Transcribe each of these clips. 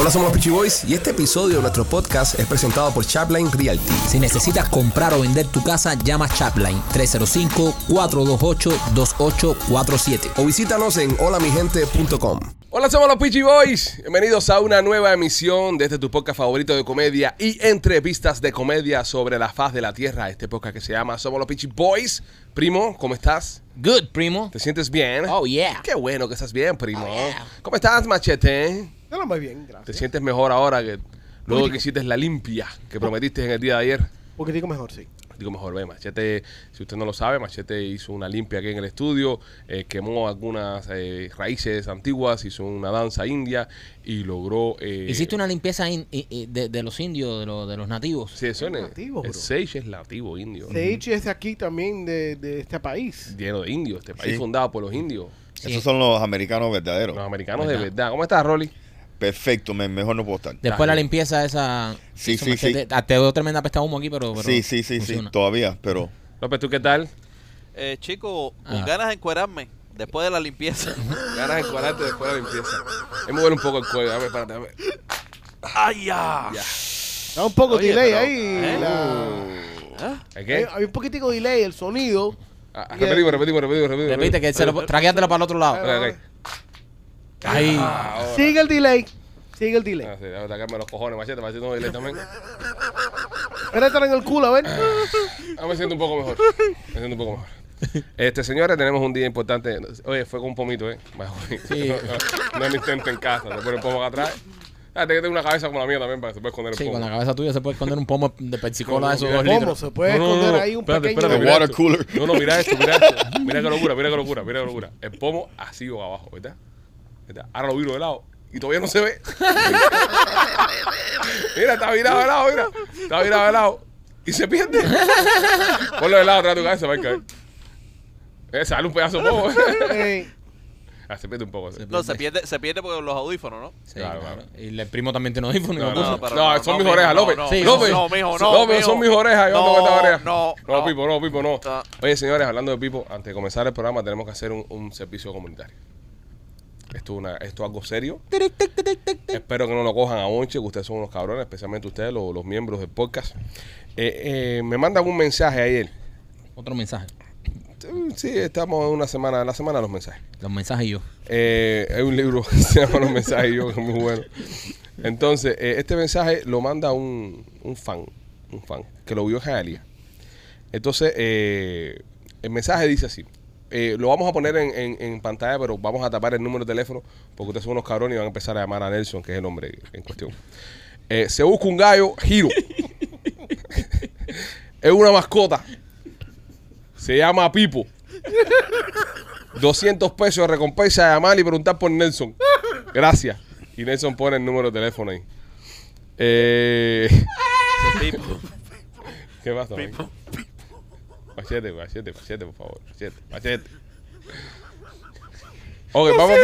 Hola, somos los Peachy Boys y este episodio de nuestro podcast es presentado por Chapline Realty. Si necesitas comprar o vender tu casa, llama Chapline 305-428-2847 o visítanos en holamigente.com. Hola, somos los Peachy Boys. Bienvenidos a una nueva emisión de este tu podcast favorito de comedia y entrevistas de comedia sobre la faz de la tierra. Este podcast que se llama Somos los Peachy Boys. Primo, ¿cómo estás? Good, primo. ¿Te sientes bien? Oh, yeah. Qué bueno que estás bien, primo. Oh, yeah. ¿Cómo estás, Machete? Yo lo muy bien, gracias. ¿Te sientes mejor ahora que luego que hiciste la limpia que prometiste en el día de ayer? Un poquitico mejor, sí. Digo mejor, ve, Machete, si usted no lo sabe, Machete hizo una limpia aquí en el estudio, quemó algunas raíces antiguas, hizo una danza india y logró... ¿Hiciste una limpieza de los indios, de los nativos? Sí, eso es nativo, bro. el Sage es nativo indio. Sage es de aquí también, de este país. Lleno de indios, este país Sí. fundado por los indios. Sí. Esos son los americanos verdaderos. Los americanos ¿Verdad? de verdad. ¿Cómo estás, Rolly? Perfecto, mejor no puedo estar. Después de la limpieza esa... Sí, eso sí, me- sí. Te dio tremenda pesta humo aquí, pero Sí, funciona. todavía, pero... López, ¿tú qué tal? Chico, con Ah. ganas de encuerarme después de la limpieza. Ganas de encuadrarte después de la limpieza. Es mover un poco el cuello. Dame, espérate, dame. ¡Ay, ya! Ya. Da un poco Oye, delay pero, ahí. ¿eh? ¿El qué? Hay un poquitico delay, el sonido. Repetimos. Repite, que traquéatelo para el otro lado. Ok. Ahí. Ahora. Sigue el delay. Sigue el delay. Ah, sí, déjame sacarme los cojones, Machete, para decir no delay también. Métetelo en el culo, a ver. Ah, me siento un poco mejor. Señores, tenemos un día importante. Oye, fue con un pomito, ¿eh? Sí. No lo intento en casa. Se pone el pomo acá atrás. Ah, tengo que tener una cabeza como la mía también para que se pueda esconder el Sí, pomo. con la cabeza tuya se puede esconder un pomo de persicola de esos Mira, 2 ¿Cómo? litros. Se puede esconder ahí un Espérate, pequeño... espérate, El mira water esto. cooler. No, mira esto. Mira qué locura. El pomo así o abajo, ¿verdad? Ahora lo viro de lado y todavía no se ve. Mira, está virado de lado, mira. Está virado de lado y se pierde. Ponlo de lado atrás de tu cabeza, va a caer. Sale un pedazo de pomo. Ey, Se pierde un poco. No, se pierde por los audífonos, ¿no? Sí, Claro, claro. claro. Y el primo también tiene audífonos. No, y lo puso. pero son mis mijo, orejas, López. No, Sí, López. no, mijo, no. López, mijo. son mis orejas. Yo no tengo estas orejas. No. Pipo, no. Ah. Oye, señores, hablando de Pipo, antes de comenzar el programa tenemos que hacer un servicio comunitario. Esto es algo serio. Espero que no lo cojan a bonche, que ustedes son unos cabrones, especialmente ustedes, los miembros del podcast. Me mandan un mensaje ayer. Otro mensaje. Sí, estamos en la semana de los mensajes. Los mensajes y yo. Hay un libro que se llama Los mensajes y yo, que es muy bueno. Entonces, este mensaje lo manda un fan, que lo vio en Hialeah. Entonces, el mensaje dice así. Lo vamos a poner en pantalla, pero vamos a tapar el número de teléfono porque ustedes son unos cabrones y van a empezar a llamar a Nelson, que es el hombre en cuestión. Se busca un gallo giro. Es una mascota. Se llama Pipo. 200 pesos de recompensa de llamar y preguntar por Nelson. Gracias. Y Nelson pone el número de teléfono ahí. Pipo. ¿Qué pasa, Mike? Machete, por favor. Machete. Ok, vamos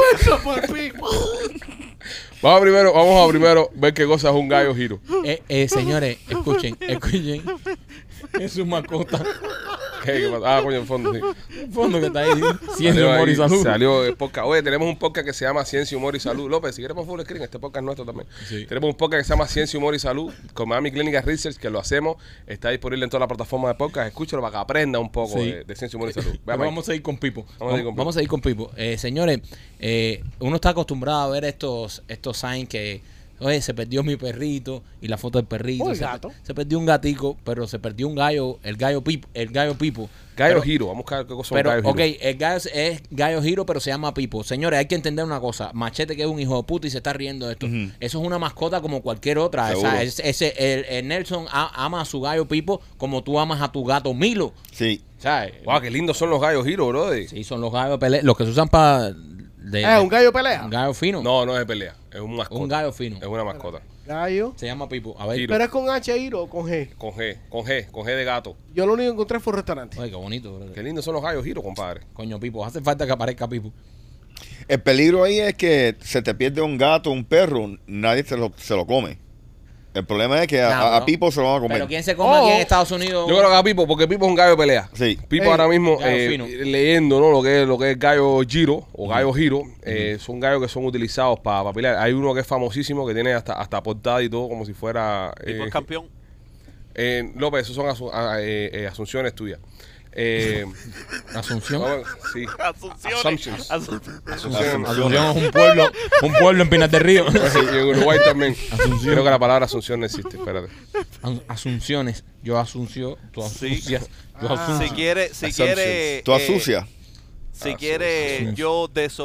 a primero ver qué cosa es un gallo giro. Señores, escuchen. Es su mascota. ¿Qué pasa? Ah, coño, en fondo, sí. El fondo que está ahí. Ciencia, Salió humor y ahí, salud. Salió el podcast. Oye, tenemos un podcast que se llama Ciencia, Humor y Salud. López, si queremos full screen, este podcast es nuestro también. Sí. Tenemos un podcast que se llama Ciencia, Humor y Salud con Miami Clinical Research, que lo hacemos. Está disponible en todas las plataformas de podcast. Escúchalo para que aprenda un poco Sí. de Ciencia, Humor y Salud. Pero Mike. vamos a ir con Pipo. Vamos a ir con Pipo. Señores, uno está acostumbrado a ver estos signs que, oye, se perdió mi perrito y la foto del perrito. O el se, gato. se perdió un gatico, pero se perdió un gallo, el gallo Pipo. Gallo Pero- giro. Vamos a buscar qué cosa es un Pero, gallo giro. ok, el gallo es gallo giro, pero se llama Pipo. Señores, hay que entender una cosa. Machete, que es un hijo de puta y se está riendo de esto. Eso es una mascota como cualquier otra. O sea, Seguro. el Nelson ama a su gallo Pipo como tú amas a tu gato Milo. Sí. ¿Sabes? Wow, qué lindos son los gallos giro, brother. Sí, son los gallos de pelea, los que se usan para... un gallo pelea. Un gallo fino. No, no es de pelea. Es un mascota. Un gallo fino. Es una mascota. Gallo. Se llama Pipo. A ver. Giro. ¿Pero es con H o con G? Con G de gato. Yo lo único que encontré fue un restaurante. Oye, qué bonito. Bro. Qué lindos son los gallos giro, compadre. Coño, Pipo. Hace falta que aparezca Pipo. El peligro ahí es que se te pierde un gato, un perro, nadie se lo come. El problema es que No, a no. Pipo se lo van a comer. Pero ¿quién se come aquí en Estados Unidos? Yo creo que a Pipo, porque Pipo es un gallo de pelea. Sí. Pipo Ey, ahora mismo, gallo fino. leyendo, ¿no? Lo que es gallo giro o gallo giro, son gallos que son utilizados para pelear. Hay uno que es famosísimo, que tiene hasta portada y todo, como si fuera... Pipo es campeón. López, esos son asunciones tuyas. Asunción. Sí. Asunciones. Asuntions. Asunción es un pueblo en Pinas del Río. Y en Uruguay también. Asunción. Creo que la palabra asunción no existe. Espérate. Asunciones. Yo asuncio, tú Sí. asuncias. Yo asuncio. Si quiere, Tú asucias. Si quiere, yo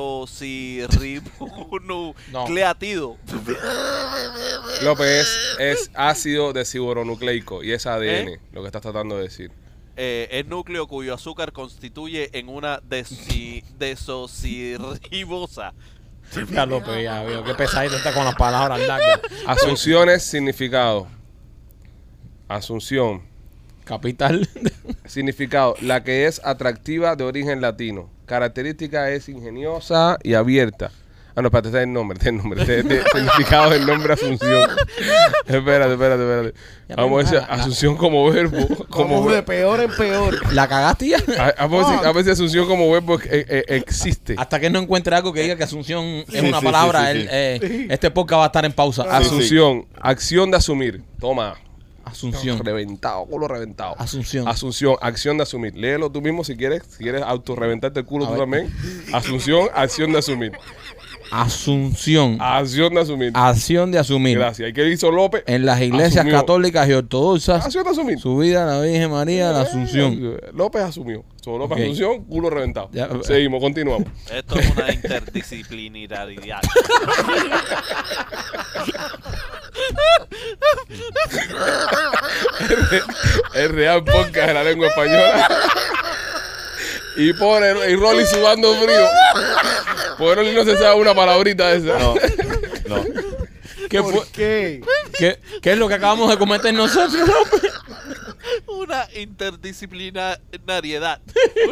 desosirribonucleatido. López es ácido desoxibonucleico y es ADN, lo que estás tratando de decir. El núcleo cuyo azúcar constituye en una desosirribosa. Ya López, ya veo. Qué pesadito está con las palabras largas. Asunciones, significado. Asunción. Capital. Significado, la que es atractiva de origen latino. Característica es ingeniosa y abierta. Ah, no, espérate, está el nombre. Significado del nombre Asunción. Espérate. Ya, Vamos a decir pero, Asunción como verbo. Como de peor en peor. ¿La cagaste ya? A ver si Asunción como verbo existe. Hasta que no encuentre algo que diga que Asunción es Sí, una sí, palabra, sí, sí. este podcast va a estar en pausa. Asunción, acción de asumir. Toma. Asunción. Reventado, culo reventado. Asunción. Asunción, acción de asumir. Léelo tú mismo si quieres. Si quieres autorreventarte el culo A tú ver. también. Asunción, acción de asumir. Asunción. Acción de asumir. Acción de asumir. Gracias. ¿Y qué hizo López? En las iglesias Asumió. católicas y ortodoxas, Acción de asumir. su vida a la Virgen María, la Asunción. López asumió. Solo López Ok. Asunción, culo reventado. Ya. Seguimos, continuamos. Esto es una interdisciplinaridad. El real podcast de la lengua española. Y pone y Rolly sudando frío. Porque Rolly no se sabe una palabrita de esa. No. ¿Qué, ¿Por fue- qué? qué es lo que acabamos de cometer nosotros, López? Una interdisciplinariedad.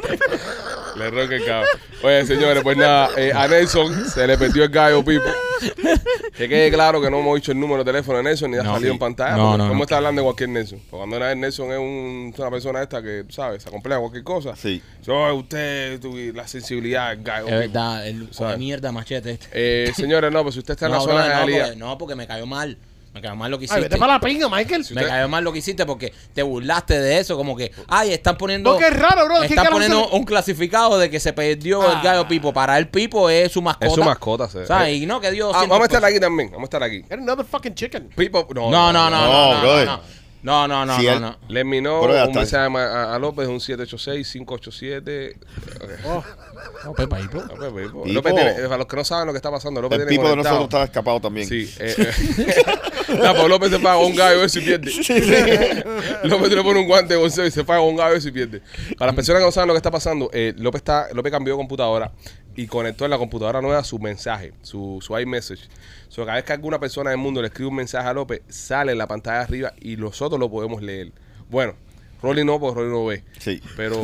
Le ronca el cabo. Oye, señores, pues nada, a Nelson se le perdió el gallo Pipo. Que quede claro que no hemos dicho el número de teléfono de Nelson ni ha No, salido sí. en pantalla. No, porque no, ¿cómo no. está hablando de cualquier Nelson? Porque cuando una vez Nelson es una persona esta que, ¿sabes? Se acompleja cualquier cosa. Sí. Usted, la sensibilidad del gallo Es Pipo. verdad, el come ¿Sabes? mierda machete este. Señores, no, pues si usted está en la No, zona de brother, Jalía. no, porque me cayó mal. Me cayó mal lo que Ay, hiciste. vete para la pinga, Michael. Me cayó mal lo que hiciste porque te burlaste de eso, como que, ay, están poniendo. No, que es raro, bro. ¿Qué Están carajo poniendo se- un clasificado de que se perdió el gallo Pipo. Para el Pipo es su mascota. Es su mascota, ¿sabes? ¿Sabes? Y no, que Dios. Vamos a estar aquí también. Vamos a estar aquí. Era another fucking chicken. Pipo, No, brother. no. Si él- no. Let me know. Pero ya Un está. mensaje a López, un 786-587. No, Pepa, Pipo. López, Pipo. Pipo. López tiene, para los que no saben lo que está pasando, López El tiene Pipo de conectado. nosotros está escapado también. Sí. No, pues López se paga un gallo eso y pierde. López le pone un guante de boxeo y se paga un gallo eso y pierde. Para las personas que no saben lo que está pasando, López cambió de computadora y conectó en la computadora nueva su mensaje, su iMessage. Cada vez que alguna persona del mundo le escribe un mensaje a López, sale en la pantalla de arriba y nosotros lo podemos leer. Bueno, Rolly no, porque Rolly no ve. Sí. Pero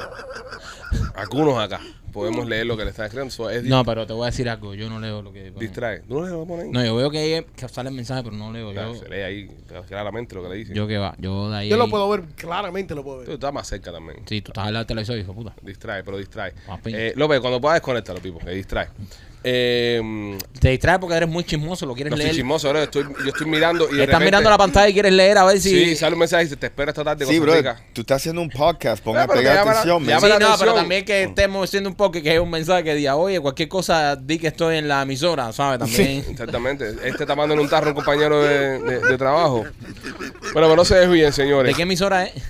algunos acá podemos leer lo que le están escribiendo. So, es No, pero te voy a decir algo. Yo no leo lo que. distrae. ¿Tú no le vas a poner ahí? No, yo veo que sale el mensaje, pero no leo. Claro, se lee ahí claramente lo que le dice. Yo que va. Yo de ahí. Yo lo puedo ver, claramente lo puedo Tú ver. estás más cerca también. Sí, tú estás al lado del televisor, hijo de puta. Distrae, pero distrae. Papi. López, cuando puedas desconéctalo, Pipo, que distrae. No Te distraes porque eres muy chismoso, lo quieres estoy leer. chismoso, bro. Yo estoy mirando y de Estás repente- mirando la pantalla y quieres leer a ver si. Sí, sale un mensaje y dice, te espero esta tarde. Sí, Costa bro. Rica. Tú estás haciendo un podcast. Ponga a pero pegar llama la- atención, man. llama Sí, la no, pero atención. también que estemos haciendo un poco que es un mensaje que diga, oye, cualquier cosa, di que estoy en la emisora, ¿sabes? También. Exactamente. Este está mandando un tarro a un compañero de trabajo. Bueno, pero no se desvíen, señores. ¿De qué emisora es?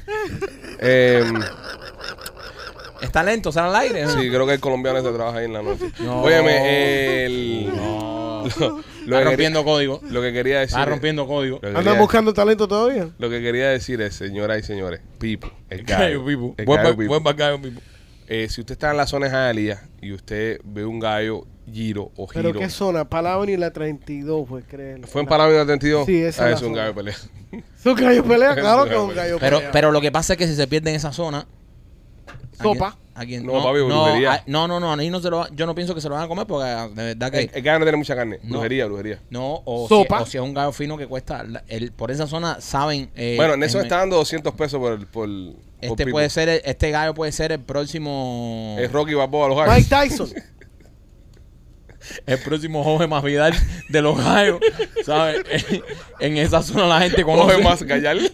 ¿Está lento? ¿Sale al aire? Sí, creo que el colombiano se trabaja ahí en la noche. No. Óyeme, No. lo Está que rompiendo código. lo que quería decir. Está rompiendo código. lo que ¿Andan quería- buscando talento todavía? Lo que quería decir es, señoras y señores, Pipo, el gallo, Gallo Pipo. el Buen gallo Pipo. buen gallo Pipo. Si usted está en la zona de Hialeah y usted ve un gallo giro o ¿Pero giro, qué zona? Palabra y la 32, pues, creen. ¿fue en Parámetro 32? Sí, esa es la es un zona. gallo de pelea. ¿Es un gallo pelea? Es Claro un que es un gallo gallo Pero, pelea. pero lo que pasa es que si se pierde en esa zona. Sopa. ¿A quién? No, papi, brujería. No, ahí no se lo, yo no pienso que se lo van a comer porque de verdad que... El gallo no tiene mucha carne. No. Brujería. No, o Sopa. si es un gallo fino que cuesta, por esa zona saben... Bueno, Nelson en- está dando 200 pesos por Este Pipo. puede ser, este gallo puede ser el próximo... Es Rocky Balboa, los gallos. Mike Tyson. El próximo Jorge Masvidal de los gallos, ¿sabes? En esa zona la gente conoce... Coge más Gallal.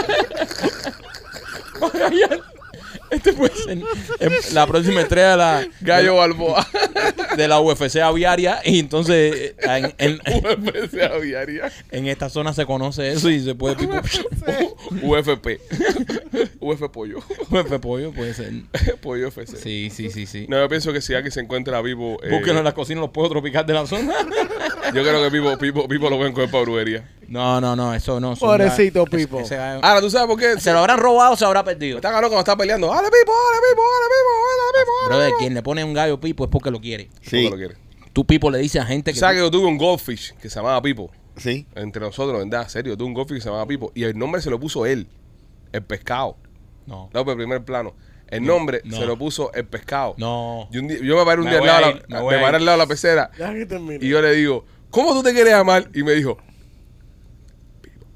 Este puede ser la próxima estrella de la... Gallo Balboa. de la UFC aviaria y entonces UFC aviaria. en esta zona se conoce eso y se puede tipo UFP. UF Pollo. UFC pollo puede ser. Pollo FC. Sí. No, yo pienso que si alguien se encuentra vivo... Búsquenlo en la cocina los puedo tropical de la zona. yo creo que Pipo lo pueden coger para brujería. No, eso no. Pobrecito Pipo. Ese gallo- Ahora, ¿tú sabes por qué? se lo habrán robado o se habrá perdido. Está cabrón cuando está peleando. ¡Dale, Pipo! ¡Dale, Pipo! ¡Dale, Pipo! ¡Dale, Pipo! Brother, quien le pone un gallo Pipo es porque lo quiere. Sí, Lo quiere. Tú Pipo le dices a gente que... ¿Sabes que yo tuve un goldfish que se llamaba Pipo? sí. Entre nosotros, ¿verdad? Serio, yo tuve un goldfish que se llamaba Pipo. Y el nombre se lo puso él. El pescado. No. No, pero primer plano. El nombre No. se lo puso el pescado. No. Y un día- yo me paré un Me día al voy a lado, ir, me voy a me paré ir. al lado de la pecera. Ya que termine. Y yo le digo, ¿cómo tú te quieres llamar? Y me dijo, Pipo.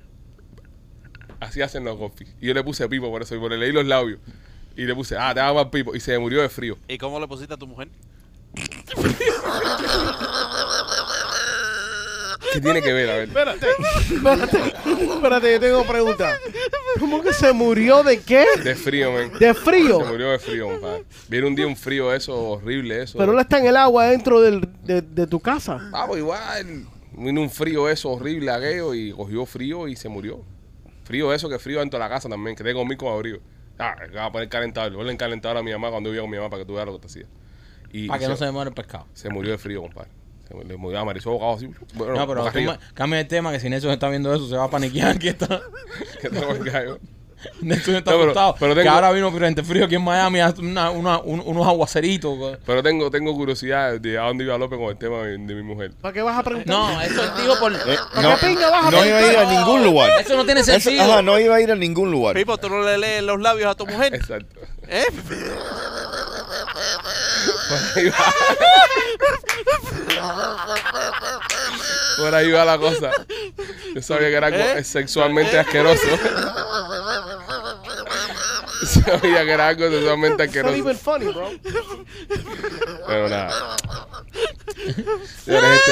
Así hacen los goldfish. Y yo le puse Pipo por eso. Y por le leí los labios. Y le puse, te vas a llamar Pipo. Y se me murió de frío. ¿Y cómo le pusiste a tu mujer? ¿Qué tiene que ver? A ver. Espérate, yo tengo pregunta. ¿Cómo que se murió de qué? De frío, men. De frío. Se murió de frío, compadre. Viene un día un frío eso, horrible eso. Pero él está en el agua dentro de tu casa. Pues igual. Vino un frío eso horrible aquello y cogió frío y se murió. Frío eso, que frío dentro de la casa también. Que tengo conmigo con abrigo. Va a poner calentador. Ponle el calentador a mi mamá cuando vivía con mi mamá para que tú veas lo que te hacía. Y Para que no se me muera el pescado. se murió de frío, compadre. Le murió amarillo bocado así. Bueno, No, pero boca tú arriba. cambia el tema que si Nelson está viendo eso se va a paniquear. Aquí está. Que tengo el gallo. Nelson está No, pero- asustado. pero Que tengo- ahora vino frente frío aquí en Miami hace unos aguaceritos. Pero tengo curiosidad de a dónde iba López con el tema de mi mujer. ¿Para qué vas a preguntar? No, eso digo por... No, ¿Qué pinga vas a no iba a ir a ningún lugar. Eso no tiene Eso- sentido. ajá, no iba a ir a ningún lugar. Pipo, ¿tú no le lees los labios a tu mujer? Exacto. ¿Eh? Por ahí va la cosa. Yo sabía que era algo sexualmente asqueroso. Sabía que era algo sexualmente It's not even asqueroso. funny, bro. Pero nada. Señores,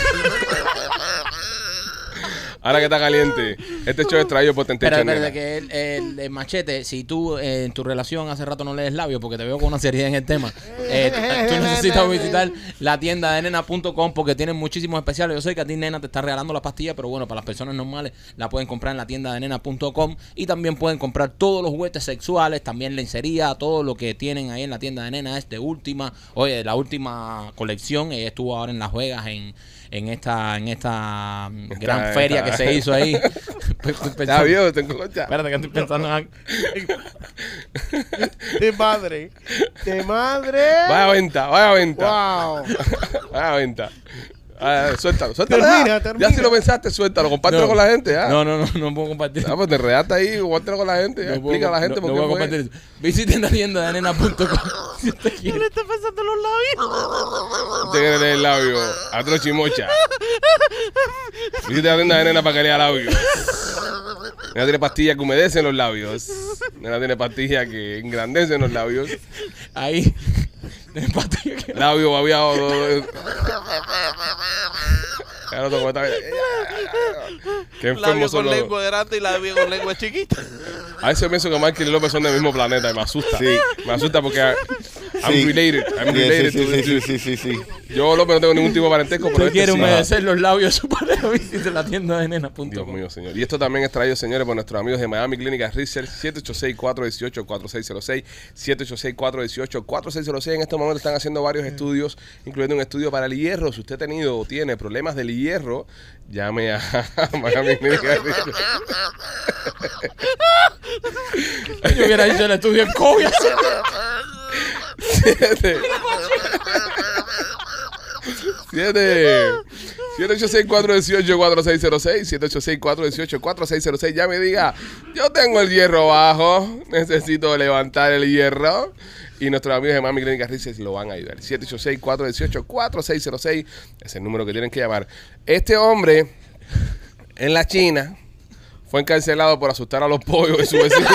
ahora que está caliente, este show es traído por Pero Temptation es verdad Nena. que el machete, si tú en tu relación hace rato no lees labios porque te veo con una seriedad en el tema, tú necesitas visitar la tienda de nena.com porque tienen muchísimos especiales. Yo sé que a ti nena te está regalando la pastilla, pero bueno, para las personas normales la pueden comprar en la tienda de nena.com y también pueden comprar todos los juguetes sexuales, también lencería, todo lo que tienen ahí en la tienda de nena es de última. Oye, la última colección, ella estuvo ahora en Las Vegas en esta gran feria que se hizo ahí. Está bien, tengo concha. Espérate que estoy pensando en algo. De madre. De madre. Vaya venta, vaya venta. Wow. Vaya venta. Suéltalo. Termina, Ya. termina. Ya si lo pensaste, suéltalo. Compártelo No. con la gente. Ya. No puedo compartir. Pues te enredaste ahí, compártelo con la gente. Ya. No puedo- Explica a la gente no por voy a qué fue. compartir eso. Visiten la tienda de nena.com si usted quiere. ¿Le está pasando los labios? Usted quiere leer el labio a trochimocha. Visite la tienda de nena para que lea labios. Nena tiene pastillas que humedecen los labios. Nena tiene pastillas que engrandecen los labios. Ahí. Tienes pastillas que... Labio babiado. Claro, como está- Qué enfermos Labio son con los... lengua grande y labio con lengua chiquita. A veces pienso que Michael y López son del mismo planeta y me asusta. Sí. Me asusta porque I'm Sí. related. I'm related Sí, to sí, this sí, dude. sí, sí. Yo, López, no tengo ningún tipo de parentesco, pero Si este quiere sí. humedecer los labios de su pareja, visite la tienda de nena.com. Dios mío, señor. Y esto también es traído, señores, por nuestros amigos de Miami Clinic Research, 786-418-4606, 786-418-4606. En este momento están haciendo varios estudios, incluyendo un estudio para el hierro. Si usted ha tenido o tiene problemas del hierro, llame a Miami Clinic Research. Yo hubiera dicho el estudio en COVID. 786-418-4606, 786-418-4606. Ya me diga, yo tengo el hierro bajo, necesito levantar el hierro. Y nuestros amigos de Mami Clínica Research lo van a ayudar. 786-418-4606 es el número que tienen que llamar. Este hombre en la China fue encarcelado por asustar a los pollos de su vecino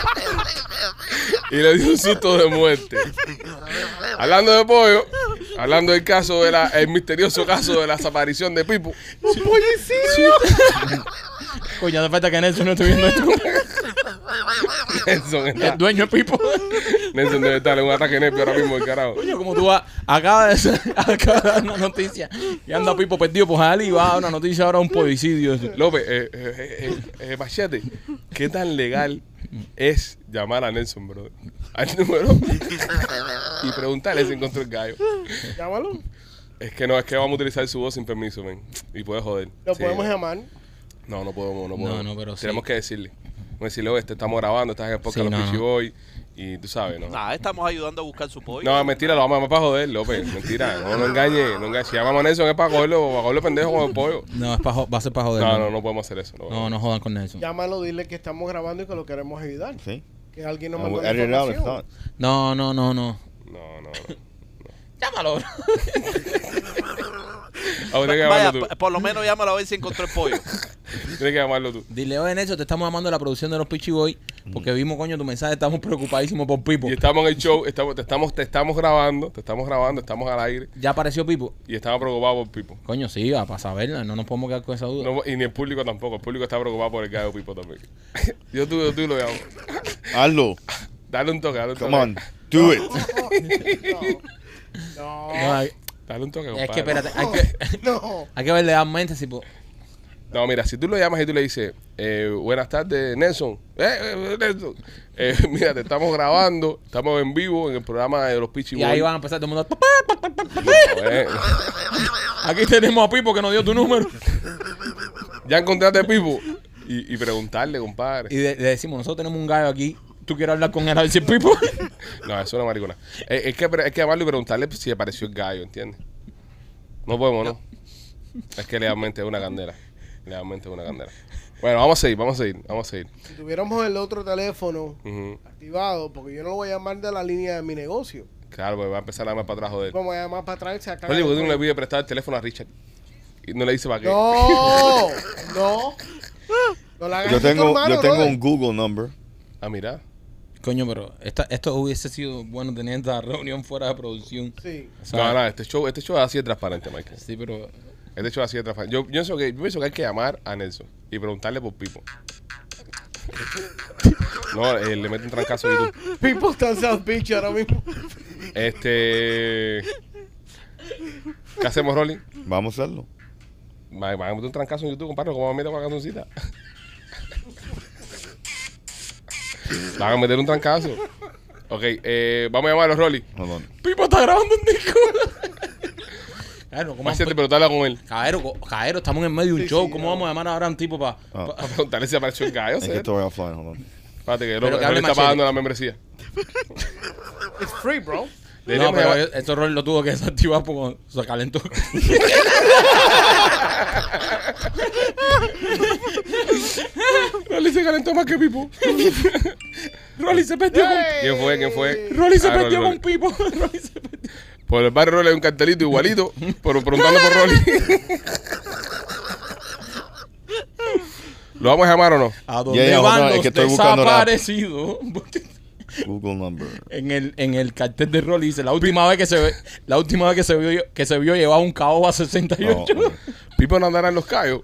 y le dio un susto de muerte. Hablando de pollo, hablando del caso el misterioso caso de la desaparición de Pipo. ¡Un pollicidio! Coño, hace falta que Nelson no esté viendo esto. Nelson está, El dueño es Pipo. Nelson debe estar en un ataque nervio ahora mismo, el carajo. Coño, como tú vas, acaba de dar una noticia y anda Pipo perdido por Jali y va a dar una noticia ahora de un pollicidio. López, Machete, ¿qué tan legal es llamar a Nelson, bro? Al número y preguntarle si encontró el gallo. Llámalo. Es que vamos a utilizar su voz sin permiso, men. Y puede joder. Lo Sí. podemos llamar. No podemos. No, pero sí. Tenemos que decirle. Vamos a decirle, oye, te estamos grabando, estás en el podcast Sí, de los no. Pichi Boy. Y tú sabes, ¿no? Nah, estamos ayudando a buscar su pollo. No, mentira, lo vamos a llamar para joder, López. Mentira, no engañe. Si llamamos a Nelson es para cogerlo pendejo con el pollo. No, va a ser para joder. No podemos hacer eso. No jodan con Nelson. Llámalo, dile que estamos grabando y que lo queremos ayudar. Sí. Que alguien nos And mandó we'll la edit it out if información. not. No. No. Llámalo. Ahora tienes que Vaya, llamarlo tú. por lo menos llámalo a ver si encontró el pollo. Tienes que llamarlo tú. Dile, oye, Nelson, te estamos llamando de la producción de los Pichi Boy porque vimos, coño, tu mensaje, estamos preocupadísimos por Pipo. Y estamos en el show, te estamos grabando, estamos al aire ¿Ya apareció Pipo? y estamos preocupados por Pipo. Coño, sí, para saberla, no nos podemos quedar con esa duda. No, y ni el público tampoco, el público está preocupado por el gallo Pipo también. Yo tú lo llamo. Hazlo. Dale un toque, Come on. Do it. No. No, Dale un toque, es compadre. que espérate, No. hay que verle mente si po- No, mira, si tú lo llamas y tú le dices, buenas tardes, Nelson. Nelson. Mira, te estamos grabando, estamos en vivo en el programa de los Pichi y Boys. ahí van a empezar todo el mundo. Eh, Aquí tenemos a Pipo que nos dio tu número. ya encontraste a Pipo. Y preguntarle, compadre. Y le decimos, nosotros tenemos un gallo aquí, tú quieres hablar con él a ver si es Pipo. No, eso no es maricona. Es que llamarlo y preguntarle si apareció el gallo, ¿entiendes? No podemos, ¿no? Es que legalmente es una candela. Legalmente es una candela. Bueno, vamos a seguir. Si tuviéramos el otro teléfono Ujú. activado, porque yo no lo voy a llamar de la línea de mi negocio. Claro, porque va a empezar a llamar para atrás, joder. Vamos a llamar para atrás y se acaba. Oye, ¿por qué tú no le pides prestar el teléfono a Richard? Y no le dice para qué. No. No la hagas Yo así, tu tengo hermano, un Google number. Ah, mira. Coño, pero esto hubiese sido bueno tener esta reunión fuera de producción. Sí. O sea, No, este show es así de transparente, Michael. Sí, pero Este show es así de transparente. Yo pienso que hay que llamar a Nelson y preguntarle por Pipo. No, le mete un trancazo a YouTube. People está en South Beach ahora mismo. ¿Qué hacemos, Rolly? Vamos a hacerlo. Van a meter un trancazo en YouTube, compadre, ¿cómo van a meter con la cancioncita? Van a meter un trancazo. Ok, vamos a llamarlo, Rolly. Hold on. Pipo está grabando un disco. Claro, ¿cómo Machete, pero dale con él. Caballero, estamos en medio de un Sí, show. sí, ¿Cómo no. vamos a llamar ahora a un tipo para...? Ah. A preguntarle si apareció el gallo. Es que ¿sí? estoy offline. Hold on. Espérate, que Pero que Rolly hable está Machete. pagando la membresía. It's free, bro. No, Deberíamos pero llamar- esto Rolly lo tuvo que desactivar porque se calentó. Rolly se calentó más que Pipo. Rolly se perdió con... ¿Quién fue? Rolly se Ah, perdió Rolly. con Pipo. Rolly se perdió. Por el barrio Rolly hay un cartelito igualito, pero preguntando por Rolly. ¿Lo vamos a llamar o no? ¿A dónde Ya, van hold on, es los que estoy buscando la- desaparecidos? Google number. En el cartel de Rolly dice, la última vez que se vio llevaba un caoba 68. Oh, ok. Pipo no andará en los callos.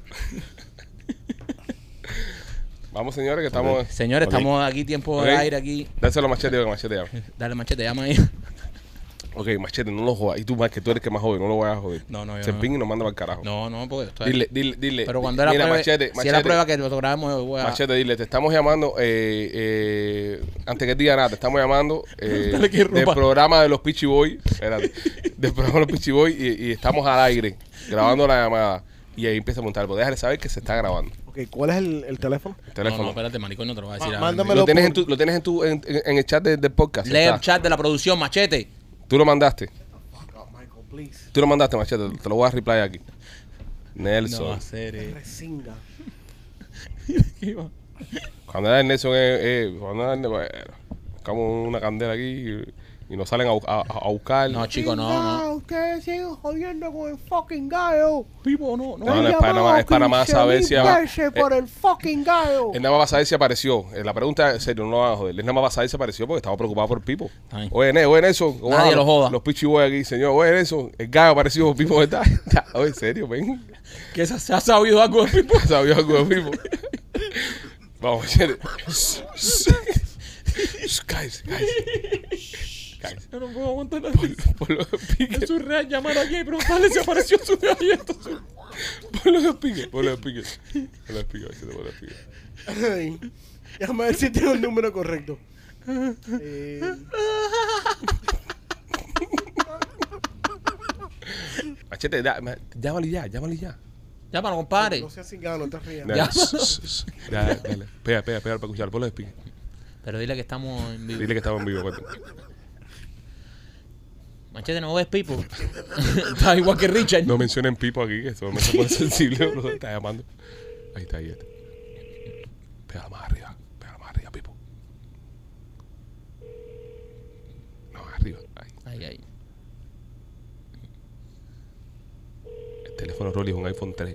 Vamos, señores, que estamos... Señores, Ok. estamos aquí, tiempo de Ok. aire aquí. Dáselo a Machete, que Machete llama. Dale, Machete, llama ahí. Ok, Machete, no lo jodas. Y tú, más que tú eres que más joven, no lo voy a joder. No, yo Se no. pinga y nos manda para el carajo. No, porque esto es... Dile. Pero cuando era Mira, prueba, Machete, si era prueba que lo grabamos, voy a... Machete, dile, te estamos llamando, antes que diga nada, te estamos llamando Dale que del ropa. programa de los Pichi Boy, espérate, del programa de los Pichi Boy y estamos al aire, grabando la llamada. Y ahí empieza a preguntar, pues déjale saber que se está grabando. Ok, ¿cuál es el teléfono? El No, teléfono. espérate, maricón, no te lo voy a decir. ahora. Mándamelo. lo tienes, por- en el chat del podcast. Lee está. el chat de la producción, Machete. Tú lo mandaste. Oh, Michael, please. Tú lo mandaste, Machete. Te lo voy a reply aquí. Nelson. No va a ser... Resinga. Cuando era el Nelson, cuando era el, bueno, buscamos una candela aquí. Y nos salen a buscar. No, chico, no. Ustedes siguen jodiendo con el fucking gallo. Pipo, no. No, no, es para nada más saber si... por el fucking gallo. Él nada más va a saber si apareció. La pregunta, en serio, no lo van a joder. Él nada más va a saber si apareció porque estaba preocupado por Pipo. Ay. Oye, Nelson. ¿cómo Nadie va? lo joda. Los Pichi Boys aquí, señor. Oye, Nelson, el gallo apareció por Pipo. ¿Está? Oye, en serio, ven. Que se ha sabido algo de Pipo. ¿Sabía algo de Pipo? Vamos, Machete. Guys. Yo no puedo aguantar la risa. Por lo que pique. Es surreal llamar aquí y preguntarle si apareció su galleta. Por lo que pique. Por lo que pique. Por lo que pique, Machete, por lo que pique. Ay, déjame ver si tengo el número correcto. Machete, llámale ya. Llámalo, compadre. No seas cingado, no te rías. Ya. Dale. Pega para escuchar. Por lo que pique. Pero dile que estamos en vivo. Dile que estaba en vivo, cuéntame. Machete, ¿no ves Pipo? Está igual que Richard. No mencionen Pipo aquí, que eso me se pone sensible, bro. Está llamando. Ahí está. Pégala más arriba, Pipo. No, arriba. Ahí. El teléfono Rolly es un iPhone 3.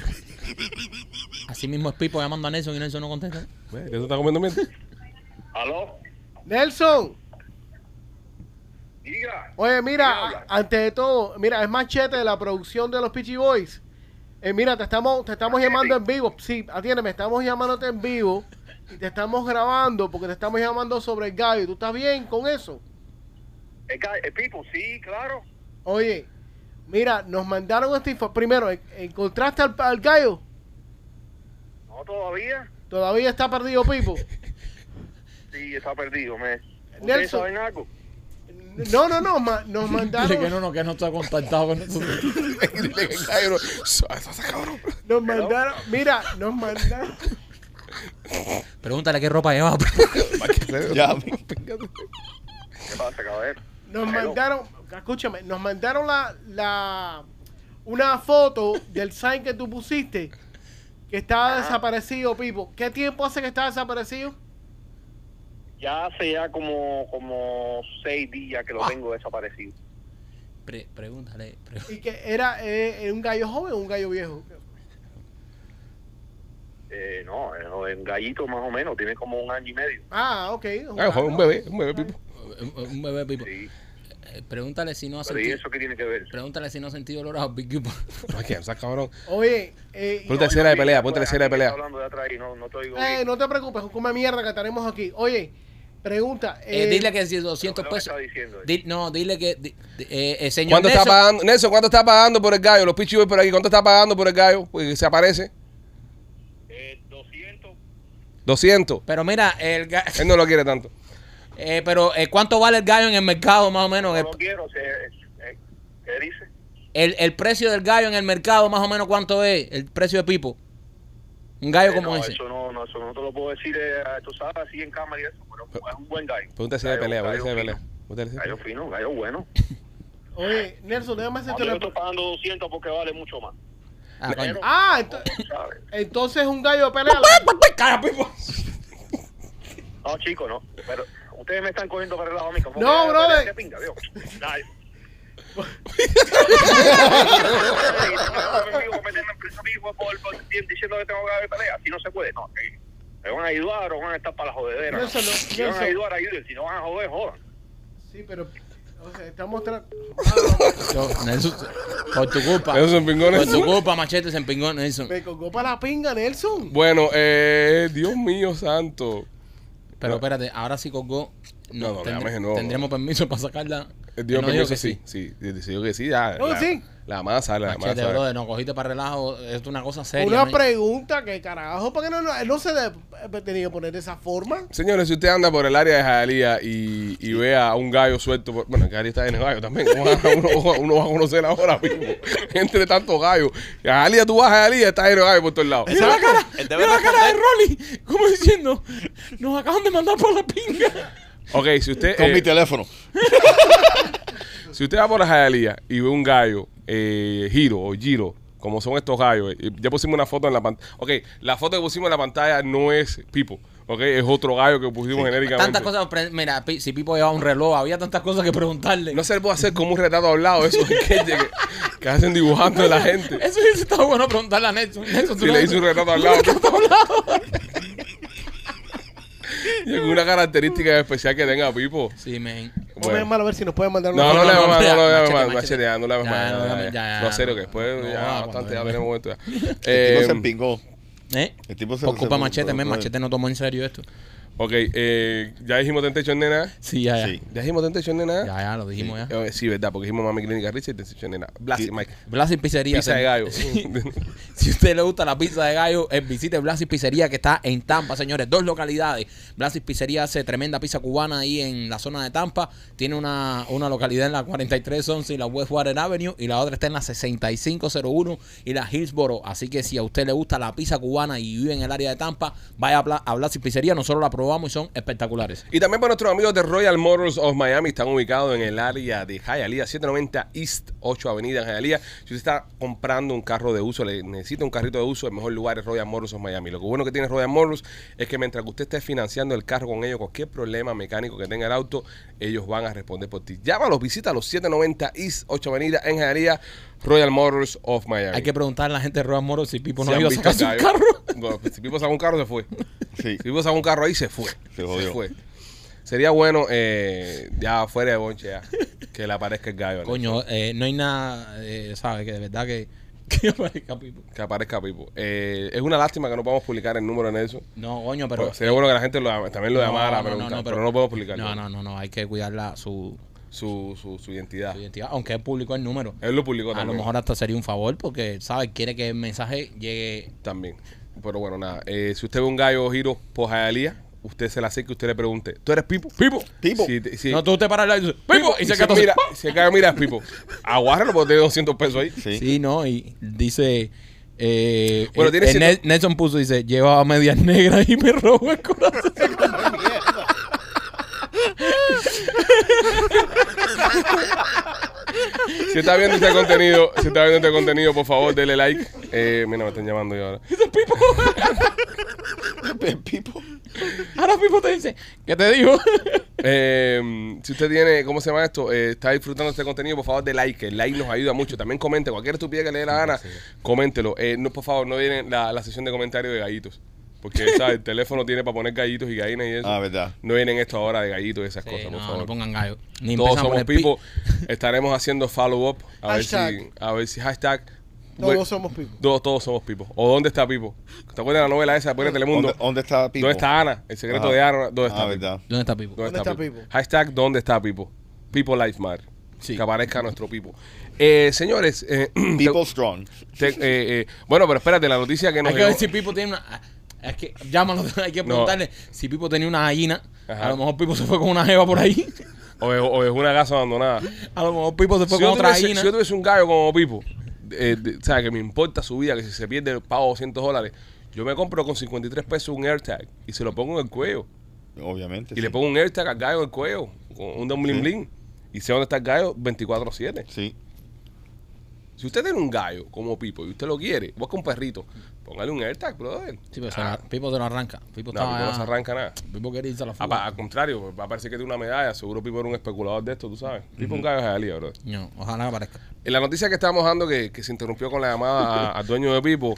Así mismo es Pipo llamando a Nelson y Nelson no contesta. ¿Eso está comiendo miente? ¿Aló? Nelson. Diga. Oye, ¿Quién mira, habla? antes de todo, mira, es Machete de la producción de los Peachy Boys. Mira, te estamos llamando en vivo. Sí, atiéndeme, estamos llamándote en vivo y te estamos grabando porque te estamos llamando sobre el gallo. ¿Tú estás bien con eso? El Pipo, sí, claro. Oye, mira, nos mandaron esta información. Primero, ¿encontraste al gallo? No, todavía. ¿Todavía está perdido, Pipo? Sí, está perdido, ¿Ustedes Nelson. saben algo? No, nos Dile mandaron. que no está contactado con nosotros. Dile que el gallo cabrón. Nos mandaron. Mira, nos mandaron. Pregúntale qué ropa lleva. Ya. ¿Qué pasa, caballero? Nos mandaron. Escúchame, nos mandaron una foto del sign que tú pusiste que estaba desaparecido, Pipo. ¿Qué tiempo hace que está desaparecido? Ya hace como 6 días que lo tengo desaparecido. Pregúntale. Y que era un gallo joven o un gallo viejo. No, es un gallito más o menos, tiene como 1 año y medio. Ah, ok. Un bebé, Pipo. Un bebé Pipo. Sí. Pregúntale si no ha Pero ¿y sentido. eso qué tiene que ver? Pregúntale si no ha sentido olor a Big Cupo. No, que seas cabrón. Oye, Ponte cera de pelea, ponte cera de Estoy pelea. hablando de atrás y no te oigo no te preocupes, come mierda que estaremos aquí. Oye, pregunta. Dile que si 200 ¿Qué pesos. está diciendo? Dile que. Señor ¿Cuánto está Nelson, pagando? Nelson, ¿cuánto está pagando por el gallo? Los Pichi Boys por aquí, ¿cuánto está pagando por el gallo? Porque se aparece. 200. 200. Pero mira, Él no lo quiere tanto. pero ¿cuánto vale el gallo en el mercado más o menos? No lo quiero. ¿Qué dice? El precio del gallo en el mercado más o menos ¿cuánto es? El precio de Pipo. Un gallo como no, ese. eso no te lo puedo decir, tú sabes, así en cámara y eso, pero es un buen gallo. Ponte cera de pelea, ponte cera de pelea. Gallo fino, gallo bueno. Oye, Nelson, déjame No, hacerte yo una estoy pagando 200 porque vale mucho más. Ah, coño. ¿Sabes? entonces un gallo de pelea. ¡Calla, Pipo! No, chicos, no. Pero ustedes me están cogiendo para el lado a mí. Como No, que- brother. que pinga, Dios. Dale. Diciendo que tengo que pelea, así no se puede, no. Me van a ayudar o van a estar para la jodedera. ¿no? Nelson, Si van a ayudar, ayuden. Si no van a joder, jodan. Sí, pero. O sea, estamos. Nelson, por tu culpa. Esos son pingones. Por tu culpa, Machete se empingó, Nelson. Me colgó para la pinga, Nelson. Bueno, Dios mío santo. Pero espérate, ahora sí colgó. No, déjame de nuevo. Tendremos permiso para sacarla. Dios No mío digo que sí. Sí, digo que sí, ya. No, sí. La masa, la Machete, masa. brother, no cogiste para relajo. Es una cosa seria. Una man. pregunta que carajo, ¿por qué él no se tenía que poner de esa forma? Señores, si usted anda por el área de Hialeah y ve a un gallo suelto, bueno, el gallo está en el gallo también, uno va a conocer ahora mismo, entre tantos gallos. Y a Hialeah, tú vas a Hialeah, está lleno de gallos por todos lados. Mira la cara, Él debe mira la cara de responder. Rolly. Como diciendo, nos acaban de mandar por la pinga. Ok, si usted, Con mi teléfono. si usted va por la Hialeah y ve un gallo, Giro o Giro, como son estos gallos. Ya pusimos una foto en la pantalla. Ok, la foto que pusimos en la pantalla no es Pipo. Ok, es otro gallo que pusimos genéricamente. Tantas cosas. Mira, si Pipo llevaba un reloj, había tantas cosas que preguntarle. No se le puede hacer como un retrato hablado, eso que hacen dibujando de la gente. Eso sí está bueno preguntarle a Nelson. Nelson, Si le hice un retrato hablado. Y alguna característica especial que tenga Pipo. Sí, men. Vamos a llamarlo a ver si nos pueden mandar No, una no le foto. hagas más, ya, no le hagas machete, más, machete. machete, ya, no le hagas Ya, más. no, ya, ya, no, serio, que después no, ya cuando bastante, ya venga. tenemos momento ya. El tipo se empingó. El tipo se- Por culpa de se- Machete, se- men. Machete no tomó en serio esto. Ok, ya dijimos Temptation Nena. Sí, ya. Sí. Ya dijimos Temptation Nena. Ya, lo dijimos ya. Sí, verdad, porque dijimos Mami Clínica Richard y Temptation Nena. Blasi, Sí. Mike. Blasi Pizzería. Pizza de gallo. Si a usted le gusta la pizza de gallo, visite Blasi Pizzería, que está en Tampa, señores. 2 localidades. Blasi Pizzería hace tremenda pizza cubana ahí en la zona de Tampa. Tiene una localidad en la 4311 y la Westwater Avenue. Y la otra está en la 6501 y la Hillsboro. Así que si a usted le gusta la pizza cubana y vive en el área de Tampa, vaya a Blasi Pizzería. Nosotros la probamos y son espectaculares. Y también para nuestros amigos de Royal Motors of Miami, están ubicados en el área de Hialeah, 790 East 8 Avenida en Hialeah. Si usted está comprando un carro de uso, le necesita un carrito de uso, el mejor lugar es Royal Motors of Miami. Lo que bueno que tiene Royal Motors es que mientras que usted esté financiando el carro con ellos, cualquier problema mecánico que tenga el auto, ellos van a responder por ti. Llámalos, visita los 790 East 8 Avenida en Hialeah, Royal Motors of Miami. Hay que preguntarle a la gente de Royal Motors si Pipo no Si ha ido han a visto sacar su el gallo. carro. Bueno, pues, si Pipo saca un carro, se fue. Sí. Si Pipo saca un carro ahí, se fue. Se jodió. fue. Sería bueno, ya fuera de bonche, ya, que le aparezca el gallo. ¿no? Coño, no hay nada, ¿sabes? Que de verdad que aparezca Pipo. Que aparezca Pipo. Es una lástima que no podamos publicar el número de Nelson. No, coño, pero... Pues sería bueno que la gente también lo no, llamara a no, preguntar, no, pero no podemos publicar No, hay que cuidar su su identidad. identidad, aunque él publicó el número. Él lo publicó A también. lo mejor hasta sería un favor porque, ¿sabes? Quiere que el mensaje llegue... También. Pero bueno, nada. Si usted ve un gallo giro por Hialeah, usted se la acerca y usted le pregunte, ¿tú eres Pipo? ¡Pipo! Pipo. Si, No, tú te paras al lado y dices, ¡Pipo! Y se queda todo mira, así. si el gallo mira, es Pipo. Agárralo porque tiene 200 pesos ahí. Sí. Sí, no, y dice... Bueno, tiene ciento- Nelson puso, dice, llevaba medias negras y me robó el corazón. Si está viendo este contenido, por favor, dele like. Mira, me están llamando yo ahora. Pipo. Ahora Pipo te dice, ¿qué te digo? Si usted tiene, ¿cómo se llama esto? Está disfrutando este contenido, por favor, de like. El like nos ayuda mucho. También comente cualquier estupidez que le dé la gana, coméntelo. No, por favor, no viene la sesión de comentarios de gallitos. Porque, ¿sabes? El teléfono tiene para poner gallitos y gallinas y eso. Ah, verdad. No vienen esto ahora de gallitos y esas Sí, cosas, por no, favor. no pongan gallo. Ni Todos empiezan a somos poner pi. Pipo. Estaremos haciendo follow-up. A ver si hashtag. Todos somos Pipo. Todos somos Pipo. ¿O dónde está Pipo? ¿Te acuerdas de la novela esa después de Telemundo? ¿Dónde está Pipo? ¿Dónde está Ana? El secreto Ajá. de Ana. ¿Dónde está Ah, Pipo? verdad. ¿Dónde está Pipo? ¿Dónde está Pipo? Hashtag ¿dónde está Pipo? People Life Matter. Sí. Que aparezca nuestro Pipo. Señores, People Strong. bueno, pero espérate, la noticia que nos Hay que llegó- ver si Pipo tiene una... Es que, llámalo, hay que preguntarle si Pipo tenía una gallina. Ajá. A lo mejor Pipo se fue con una jeva por ahí. o es una casa abandonada. A lo mejor Pipo se fue Si con yo, otra tuviese, gallina. si yo tuviese un gallo como Pipo, ¿sabes? Que me importa su vida, que si se pierde pago $200, yo me compro con 53 pesos un AirTag y se lo pongo en el cuello. Obviamente. Y sí. le pongo un AirTag al gallo en el cuello, con un bling Sí. bling. Y sé dónde está el gallo 24/7. Sí. Si usted tiene un gallo como Pipo y usted lo quiere, busca un perrito, póngale un AirTag, brother. Sí, pero Pipo se lo arranca. Pipo No, estaba... Pipo no se arranca nada. Pipo quería irse a la fuga. Al contrario, va a parecer que tiene una medalla. Seguro Pipo era un especulador de esto, tú sabes. Pipo un gallo de Hialeah, brother. No, ojalá que aparezca. En la noticia que estábamos dando, que se interrumpió con la llamada al dueño de Pipo,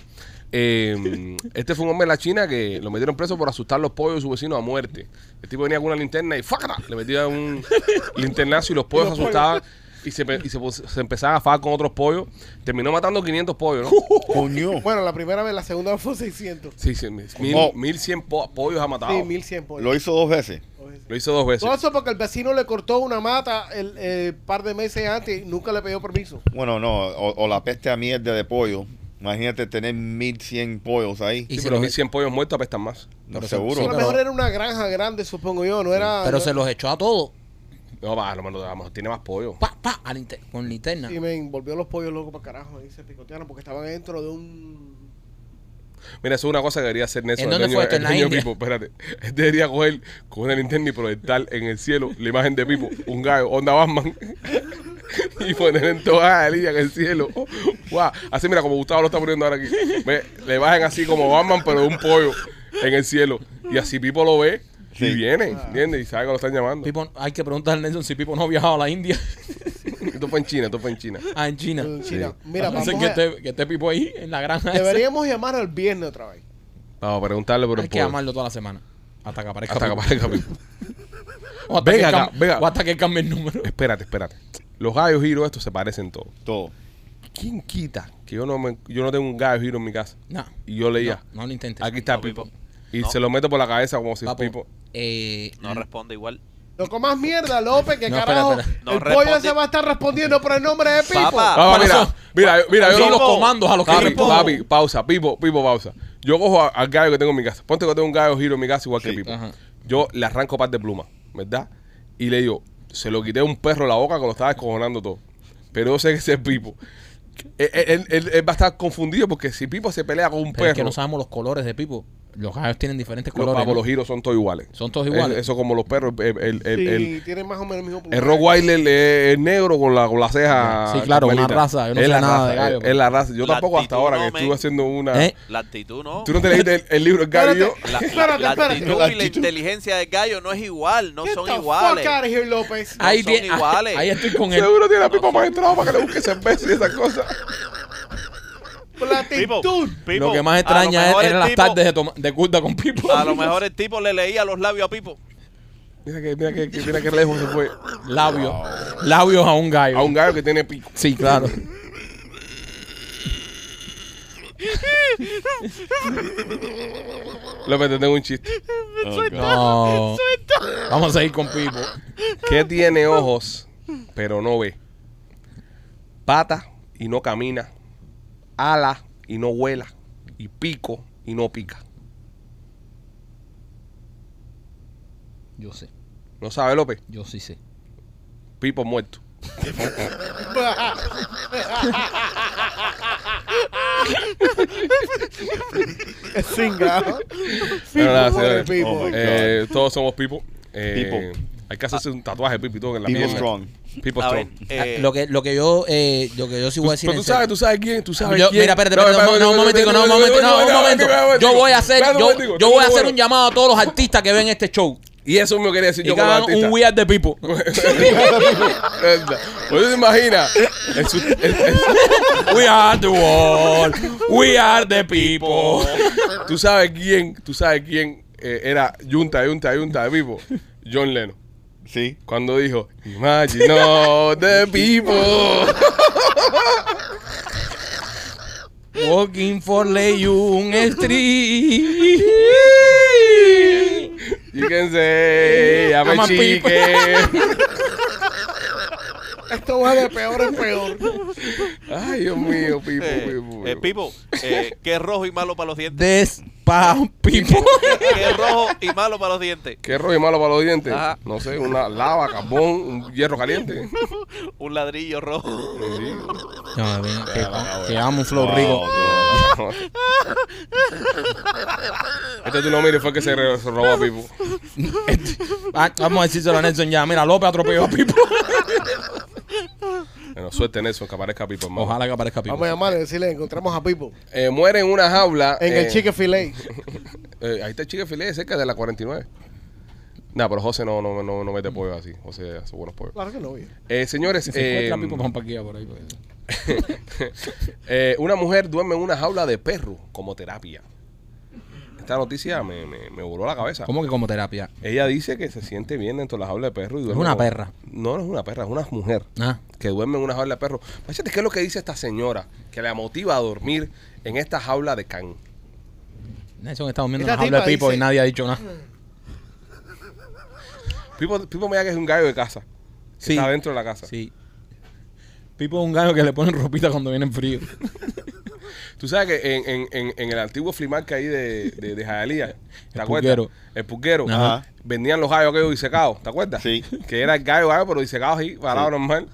este fue un hombre en la China que lo metieron preso por asustar los pollos de su vecino a muerte. El tipo venía con una linterna y ¡fácata! Le metía un linternazo y los pollos se asustaban y se empezaban a fajar con otros pollos. Terminó matando 500 pollos, ¿no? Coño. Bueno, la primera vez, la segunda vez fue 600. Sí, 1100 pollos ha matado. Sí, 1100 pollos. Lo hizo 2 veces. Lo hizo 2 veces. Todo eso porque el vecino le cortó una mata el par de meses antes y nunca le pidió permiso. Bueno, no. O la peste a mierda de pollo. Imagínate tener 1100 pollos ahí. Y Sí, se pero los- 1100 pollos muertos apestan más. No, pero seguro. A lo pero- mejor era una granja grande, supongo yo. No era. Pero no- se los echó a todos. No, a lo mejor tiene más pollos. Con linterna. Y me envolvió los pollos locos para carajo. Ahí se picotearon porque estaban dentro de un. Mira, eso es una cosa que debería hacer Nelson. ¿En dónde el dueño- fue esto? el ¿En la dueño de India? Pipo, espérate. Él debería coger con una linterna y proyectar en el cielo la imagen de Pipo, un gallo, onda Batman. y poner en toda el día en el cielo. Wow. Así, mira, como Gustavo lo está poniendo ahora aquí. Ve, le bajan así como Batman, pero de un pollo en el cielo. Y así Pipo lo ve y Sí. viene, ¿entiendes? Y sabe que lo están llamando. Pipo, hay que preguntarle a Nelson si Pipo no ha viajado a la India. Esto fue en China, esto fue en China. Ah, en China. En China. Mira, Vamos a vamos hacer a, que esté Pipo ahí en la granja esa. deberíamos llamar el viernes otra vez. Vamos a preguntarle por Hay el que pollo. llamarlo toda la semana. Hasta que aparezca Hasta que Pipo. aparezca Pipo. O hasta Venga que acá, venga. O hasta que cambie el número. Espérate. Los gallos giros estos se parecen todos. Todo. ¿Quién quita que yo no tengo un gallo giro en mi casa? No. Y yo leía, No lo intentes. aquí está No, Pipo. Pipo. Y No. se lo meto por la cabeza como si Papo, Pipo. No responde igual. No comas mierda, López, que No, carajo. espera. No el responde. pollo se va a estar respondiendo por el nombre de Pipo. Papá. Vamos, Para eso- mira, yo son los Pipo. comandos a los que Papi, Pipo. papi, pausa, Pipo, pausa. Yo cojo al gallo que tengo en mi casa. Ponte que tengo un gallo giro en mi casa igual que Sí. Pipo. Ajá. Yo le arranco par de plumas, ¿verdad? Y le digo, se lo quité a un perro en la boca que lo estaba descojonando todo. Pero yo sé que ese es Pipo. Él va a estar confundido porque si Pipo se pelea con un Pero es que perro, no sabemos los colores de Pipo. Los gallos tienen diferentes los, colores. ¿no? los giros son todos iguales. Son todos iguales. Eso como los perros. Sí, tiene más o menos el mismo El Rottweiler es negro con la ceja. Sí, claro, una carmelita. raza. Yo no Es sé la nada raza, de gallo, Es la raza. Yo La tampoco hasta actitud ahora no, que men. estuve haciendo una. ¿Eh? La actitud no. ¿Tú no te leíste el libro El Gallo y yo? Espérate. La Espérate. actitud La y la actitud. inteligencia del gallo no es igual, no Get son the iguales. fuck out of here, López. No Ahí, son tie- iguales. ahí estoy con él. Seguro tiene a Pipo No, magistrado para que le busque cerveza y esas cosas. Por la Pipo, actitud. Pipo, Lo que más a lo extraña mejor eran el las tipo- tardes de curda con Pipo. A lo mejor el tipo le leía los labios a Pipo. Mira que lejos se fue. Labios. Labios a un gallo. A un gallo que tiene pico. Sí, claro. López, te tengo un chiste. Oh, God. No. Vamos a ir con Pipo. ¿Qué tiene ojos, pero no ve? Pata y no camina. Ala y no vuela. Y pico y no pica. Yo sé. ¿No sabe, López? Yo sí sé. Pipo muerto. Es singa. Pero nada, Pobre señores. Pipo. Oh, my Todos somos Pipo. Pipo. Hay que hacerse un tatuaje Pipo y todo en la People pierna. strong. Pipo A ver, strong. Lo que yo sí voy a decir. Pero en serio. tú sabes quién, tú sabes Yo- quién. mira, espérate, un momento. Yo voy a hacer, yo voy a hacer un llamado a todos los artistas que ven este show Y eso me quería decir y yo que como hagan artista. un We Are the People. Oye, ¿te imaginas? We are the world. We are the people. ¿Tú sabes quién era Yunta de Pipo? John Lennon. Sí. Cuando dijo, Imagine all the people. Walking for Leyun Street. You can say, I'm I'm a a Pipo. chicken. Esto va de peor en peor. Ay, Dios mío, Pipo, Pipo. Pipo, ¿qué es rojo y malo para los dientes? Despa People. ¿Qué es rojo y malo para los dientes? ¿Qué rollo malo para los dientes? Ajá. No sé, una lava, carbón, un hierro caliente. Un ladrillo rojo. Sí. No, bien, que hagamos un flow rico. Oh, Este tú no mires, fue el que se robó a Pipo. Vamos a decírselo a Nelson ya. Mira, López atropelló a Pipo. Bueno, suerte en eso, que aparezca Pipo, hermano. Ojalá que aparezca Pipo. Vamos a llamar y decirle, encontramos a Pipo Muere en una jaula. en el chicken filet. Ahí está el chicken filet cerca de la 49. Nah, pero José no mete pollo así. José hace buenos pollos. Claro que no, oye. Señores, Si se encuentra Pipo, vamos para aquí por ahí. una mujer duerme en una jaula de perro como terapia. Esta noticia me voló la cabeza. ¿Cómo que como terapia? Ella dice que se siente bien dentro de la jaula de perro. Y duerme una como- perra. No, no es una perra, es una mujer Ah, que duerme en una jaula de perro. Fíjate qué es lo que dice esta señora que la motiva a dormir en esta jaula de can. Nelson está durmiendo en Esta la jaula de tipa Pipo dice- y nadie ha dicho nada. Pipo me da que es un gallo de casa. Sí. Está dentro de la casa. Sí. Pipo es un gallo que le ponen ropita cuando viene frío. Tú sabes que en el antiguo flea market ahí de Hialeah, ¿te El acuerdas? pulguero. El pulguero. Ajá. Vendían los gallos aquellos disecados, ¿te acuerdas? Sí. Que era el gallo, pero disecado así, parado Sí. normal.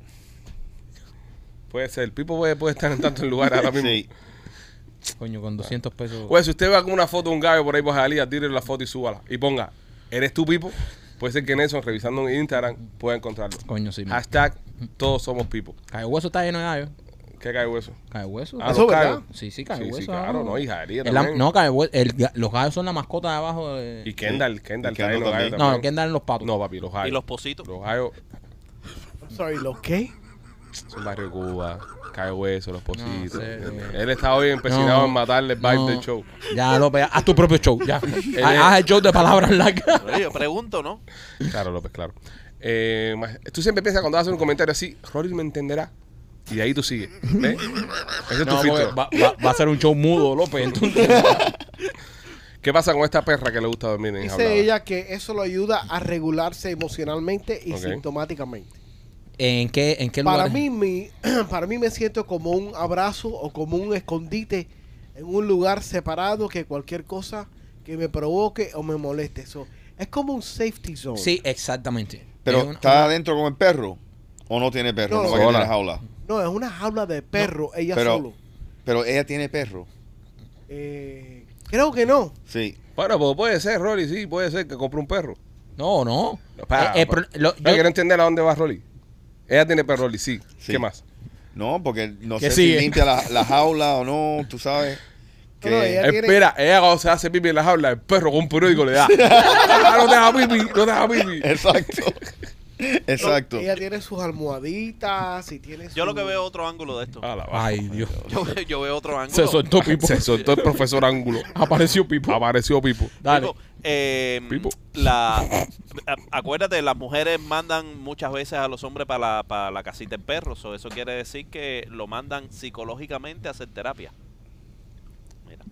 Puede ser. El Pipo puede estar en tantos lugares ahora mismo. Sí. Coño, con 200 pesos. Pues si usted ve alguna foto de un gallo por ahí por Hialeah, tire la foto y súbala. Y ponga, ¿eres tú, Pipo? Puede ser que Nelson, revisando en Instagram, pueda encontrarlo. Coño, sí. Hashtag Todos somos people. Cae hueso está lleno de gallos. ¿Qué cae hueso? Cae hueso. Ah, ¿Eso los es verdad? callos. Sí, cae Sí, hueso. sí, claro, no, hija de también. No, cae hueso. Los gallos son la mascota de abajo. Y Kendall Y trae Kendall los gallos también. también. No, ¿quién dan los patos? No, papi, los gallos. Y los pocitos. Los gallos Sorry, ¿los qué? son Barrio Cuba, cae hueso, los pocitos. sé, Él está hoy empecinado No, en matarle el vibe no. del show. Ya, López, haz tu propio show. Ya. es- Haz el show de palabras largas. Oye, yo pregunto, ¿no? Claro, López, claro. Tú siempre piensas cuando haces un comentario así, Rory me entenderá. Y de ahí tú sigues. ¿Ves? Ese es tu No, filtro. porque va a ser un show mudo, López. Entonces, ¿Qué pasa con esta perra que le gusta dormir en Dice jaula? ella que eso lo ayuda a regularse emocionalmente y Ok. sintomáticamente. ¿En qué Para lugar? mí, para mí me siento como un abrazo o como un escondite en un lugar separado que cualquier cosa que me provoque o me moleste. So, es como un safety zone. Sí, exactamente. Pero Es ¿está adentro con el perro? ¿O no tiene perro? No, No, no. va que Sola. tiene jaula. No, es una jaula de perro, ella pero- solo. Pero ella tiene perro. Creo que no. Sí. Bueno, pues puede ser, Rolly, sí, puede ser que compre un perro. No, no. Para, Yo quiero entender a dónde va Rolly. Ella tiene perro, Rolly, sí. Sí. ¿Qué más? No, porque no ¿Qué sé sigue? si limpia la jaula o no, tú sabes. Que No, ella- tiene- Espera, ella cuando se hace pipi en la jaula, el perro con un periódico le da. Ah, no te hagas pipi, no te hagas pipi. Exacto. Exacto. Ella tiene sus almohaditas y tiene Yo su- lo que veo otro ángulo de esto. Ah, la baja. Ay, Dios. Yo veo otro ángulo. Se soltó Pipo. Se soltó el profesor Ángulo. Apareció Pipo. Apareció Pipo. Dale. Pipo, Pipo. Acuérdate, las mujeres mandan muchas veces a los hombres para la casita de perros. So, eso quiere decir que lo mandan psicológicamente a hacer terapia. Mira.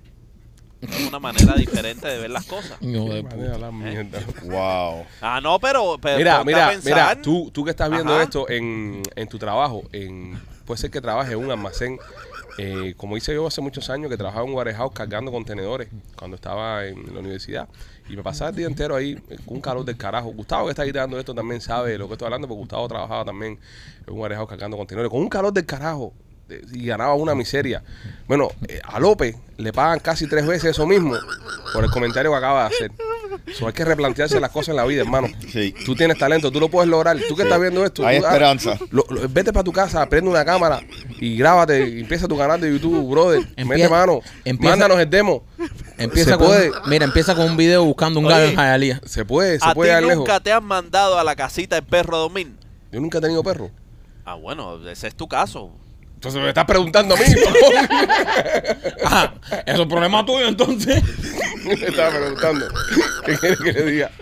Es una manera diferente de ver las cosas. Hijo de Manera puta. la mierda. Wow. Ah, no, pero Mira, ponte a mira, pensar. mira, tú que estás viendo Ajá. esto en tu trabajo, puede ser que trabajes en un almacén, como hice yo hace muchos años, que trabajaba en un warehouse cargando contenedores cuando estaba en la universidad. Y me pasaba el día entero ahí con un calor del carajo. Gustavo, que está gritando esto, también sabe de lo que estoy hablando, porque Gustavo trabajaba también en un warehouse cargando contenedores con un calor del carajo. Y ganaba una miseria. Bueno, a López le pagan casi 3 veces eso mismo por el comentario que acaba de hacer. So, hay que replantearse las cosas en la vida, hermano. Sí. Tú tienes talento, tú lo puedes lograr. Tú que estás viendo esto, Hay tú, esperanza. vete para tu casa, prende una cámara y grábate y empieza tu canal de YouTube, brother. Mete mano, mándanos el demo. Empieza Se con, puede. mira, empieza con un video buscando un Oye. gallo en Hialeah. Se puede ¿A ti dar lejos. nunca te han mandado a la casita del perro a dormir? Yo nunca he tenido perro. Ah, bueno, ese es tu caso. Entonces me estás preguntando a mí. Ah, eso es problema tuyo, entonces. Me estás preguntando. ¿Qué quieres que le diga?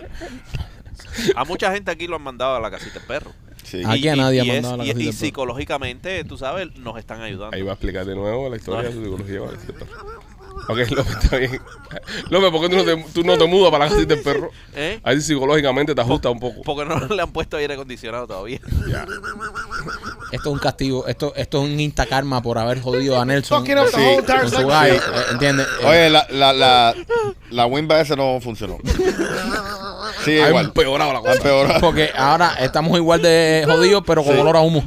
A mucha gente aquí lo han mandado a la casita del perro. Sí. Aquí a nadie ha y mandado a la casita del perro. psicológicamente, tú sabes, nos están ayudando. Ahí va a explicar de nuevo la historia de su psicología. Ok, López, está bien. López, ¿por qué tú no te mudas para la casita del perro? ¿Eh? Ahí psicológicamente te ajusta un poco. Porque no le han puesto aire acondicionado todavía. Ya. Esto es un castigo, esto es un instakarma por haber jodido a Nelson Talking up the Sí. whole entire con su section. gallo, ¿entiendes? Oye, la Wimba esa no funcionó. Sigue Ha igual. empeorado la Ha cosa. empeorado. Porque ahora estamos igual de jodidos, pero con olor a humo.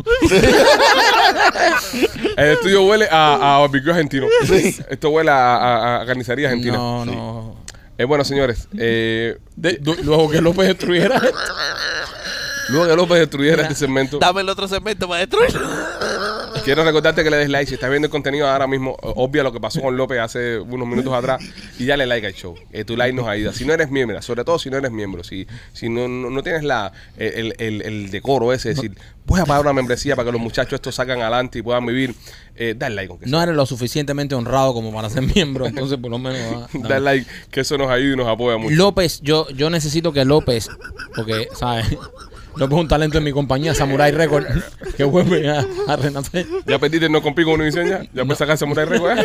El estudio huele a barbecue argentino. Esto huele a carnicería argentina. No, no. Bueno, señores, Luego que López destruyera esto. luego que López destruyera este segmento, Dame el otro segmento para destruirlo. quiero recordarte que le des like. Si estás viendo el contenido ahora mismo, obvia lo que pasó con López hace unos minutos atrás y dale like al show. Tu like nos ayuda. Si no eres miembro, sobre todo si no eres miembro, si no tienes el decoro ese, es decir, voy a pagar una membresía para que los muchachos estos salgan adelante y puedan vivir, dale like. Aunque No eres lo suficientemente honrado como para ser miembro, entonces por lo menos... dale like, que eso nos ayuda y nos apoya mucho. López, yo necesito que López, porque, ¿sabes? López es un talento en mi compañía, Samurai Record, que vuelve a renacer. ¿Ya perdiste no compí con Univision ya? ¿Ya puedes sacar Samurai Record?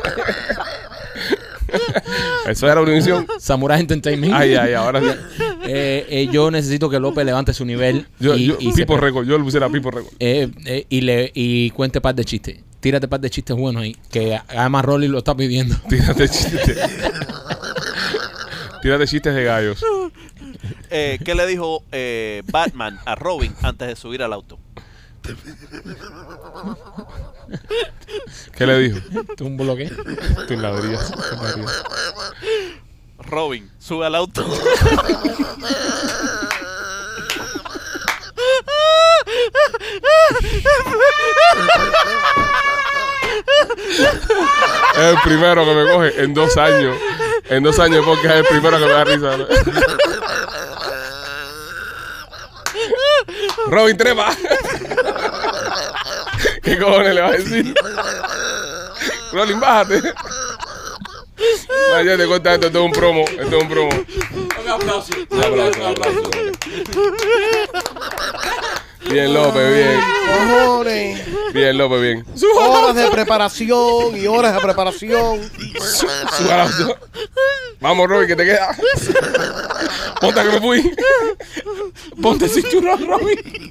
Eso era Univision. Samurai Entertainment. Ay, ahora sí. Yo necesito que López levante su nivel y Pipo Record, yo le puse la Pipo Record. y cuente par de chistes. Tírate par de chistes buenos ahí, que además Rolly lo está pidiendo. Tírate chistes. Tírate chistes de gallos. ¿Qué le dijo Batman a Robin antes de subir al auto? ¿Qué le dijo? ¿Tú un bloque? Tú ladrillas. Robin, sube al auto. Es el primero que me coge en 2 años. En 2 años porque es el primero que me da risa. Robin, trepa. ¿Qué cojones le vas a decir? Rolling, bájate. Vaya, te cuenta esto es un promo. Esto es un promo. Un aplauso. Un aplauso, un aplauso. Bien, López, bien. Cojones. Bien, López, bien. Horas de preparación y horas de preparación. Su aplauso. Vamos, Robin, que te queda. Ponte que me fui. Ponte el cinturón, Robin.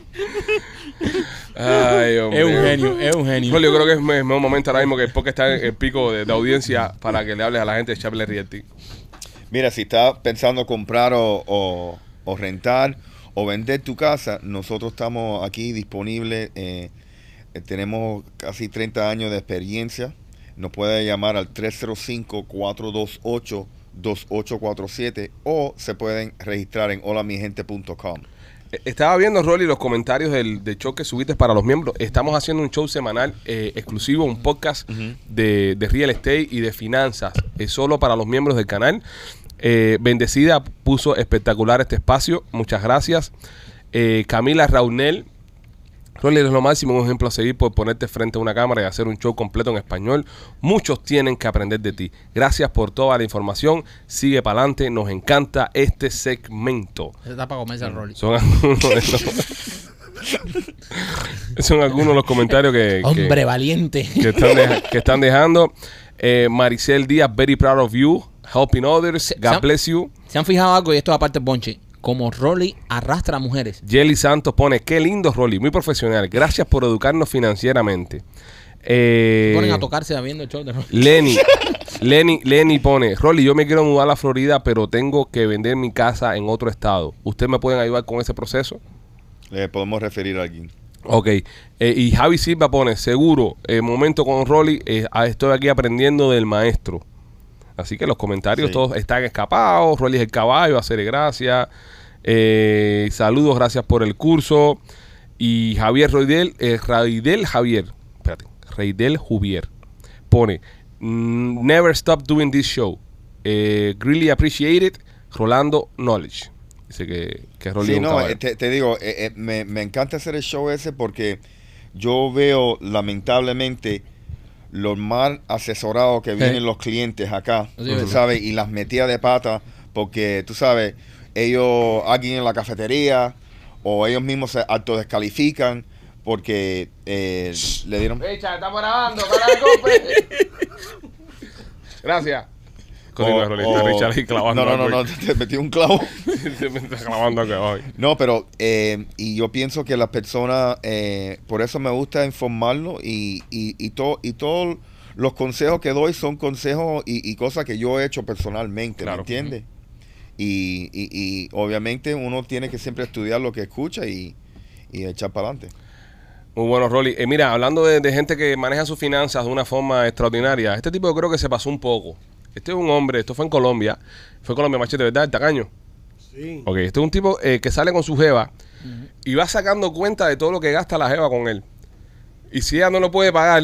Ay, hombre. Es un genio, es un genio. Yo creo que es el mejor momento ahora mismo que porque está en el pico de audiencia para que le hables a la gente de Chapler Realty. Mira, si estás pensando comprar o rentar o vender tu casa, nosotros estamos aquí disponibles. Tenemos casi 30 años de experiencia. Nos puede llamar al 305-428-2847 o se pueden registrar en holamigente.com. Estaba viendo, Rolly, los comentarios del show que subiste para los miembros. Estamos haciendo un show semanal exclusivo, un podcast de real estate y de finanzas, solo para los miembros del canal. Bendecida puso espectacular este espacio. Muchas gracias. Camila Raunel. Rolly, eres lo máximo, un ejemplo a seguir por ponerte frente a una cámara y hacer un show completo en español. Muchos tienen que aprender de ti. Gracias por toda la información. Sigue para adelante. Nos encanta este segmento. Ese está para comerse el Rolly. Son algunos de los comentarios Hombre valiente. que están dejando. Maricel Díaz, very proud of you. Helping others. God bless you. ¿Se han fijado algo? Y esto es aparte Bonche. Como Rolly arrastra a mujeres. Jelly Santos pone, qué lindo Rolly, muy profesional. Gracias por educarnos financieramente. Ponen a tocarse viendo el show de Rolly. Lenny pone, Rolly, yo me quiero mudar a la Florida, pero tengo que vender mi casa en otro estado. ¿Ustedes me pueden ayudar con ese proceso? Le podemos referir a alguien. Ok. Y Javi Silva pone, seguro, momento con Rolly, estoy aquí aprendiendo del maestro. Así que los comentarios todos están escapados. Rolly es el caballo, hacerle gracias. Saludos, gracias por el curso. Y Javier Reidel Juvier pone, never stop doing this show. Really appreciate it. Rolando Knowledge. Dice que Rolly es un caballo. Te digo, me encanta hacer el show ese porque yo veo lamentablemente los mal asesorados que vienen los clientes acá, tú sabes, y las metidas de pata, porque tú sabes, alguien en la cafetería o ellos mismos se autodescalifican porque le dieron... Richard, estamos grabando, para el golpe. Gracias. Richard ahí clavando. No, te metí un clavo. Se me está clavando acá hoy. No, pero y yo pienso que las personas, por eso me gusta informarlo y todos los consejos que doy son consejos y cosas que yo he hecho personalmente, claro. ¿Me entiendes? Y obviamente uno tiene que siempre estudiar lo que escucha y echar para adelante. Muy bueno, Rolly. Mira, hablando de gente que maneja sus finanzas de una forma extraordinaria, este tipo yo creo que se pasó un poco. Este es un hombre, esto fue en Colombia. Fue Colombia, Machete, ¿verdad? El tacaño. Sí. Ok, este es un tipo que sale con su jeva y va sacando cuenta de todo lo que gasta la jeva con él. Y si ella no lo puede pagar...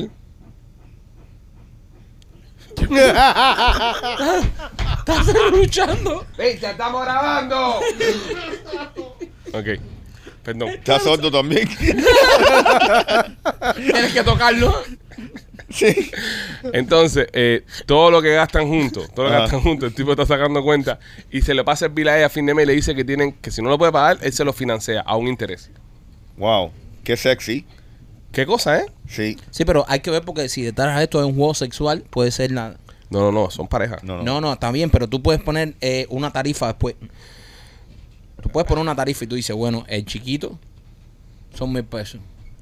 ¡Estás luchando! ¡Viste, estamos grabando! Ok, perdón. ¿Estás sordo también? Tienes que tocarlo. Sí. Entonces, todo lo que gastan juntos, el tipo está sacando cuenta y se le pasa el bill a ella a fin de mes y le dice que si no lo puede pagar, él se lo financia a un interés. Wow, qué sexy. ¿Qué cosa, eh? Sí. Sí, pero hay que ver porque si detrás de esto es un juego sexual, puede ser la... No, son parejas. No, está bien, pero tú puedes poner una tarifa después. Tú puedes poner una tarifa y tú dices, bueno, el chiquito son 1,000 pesos.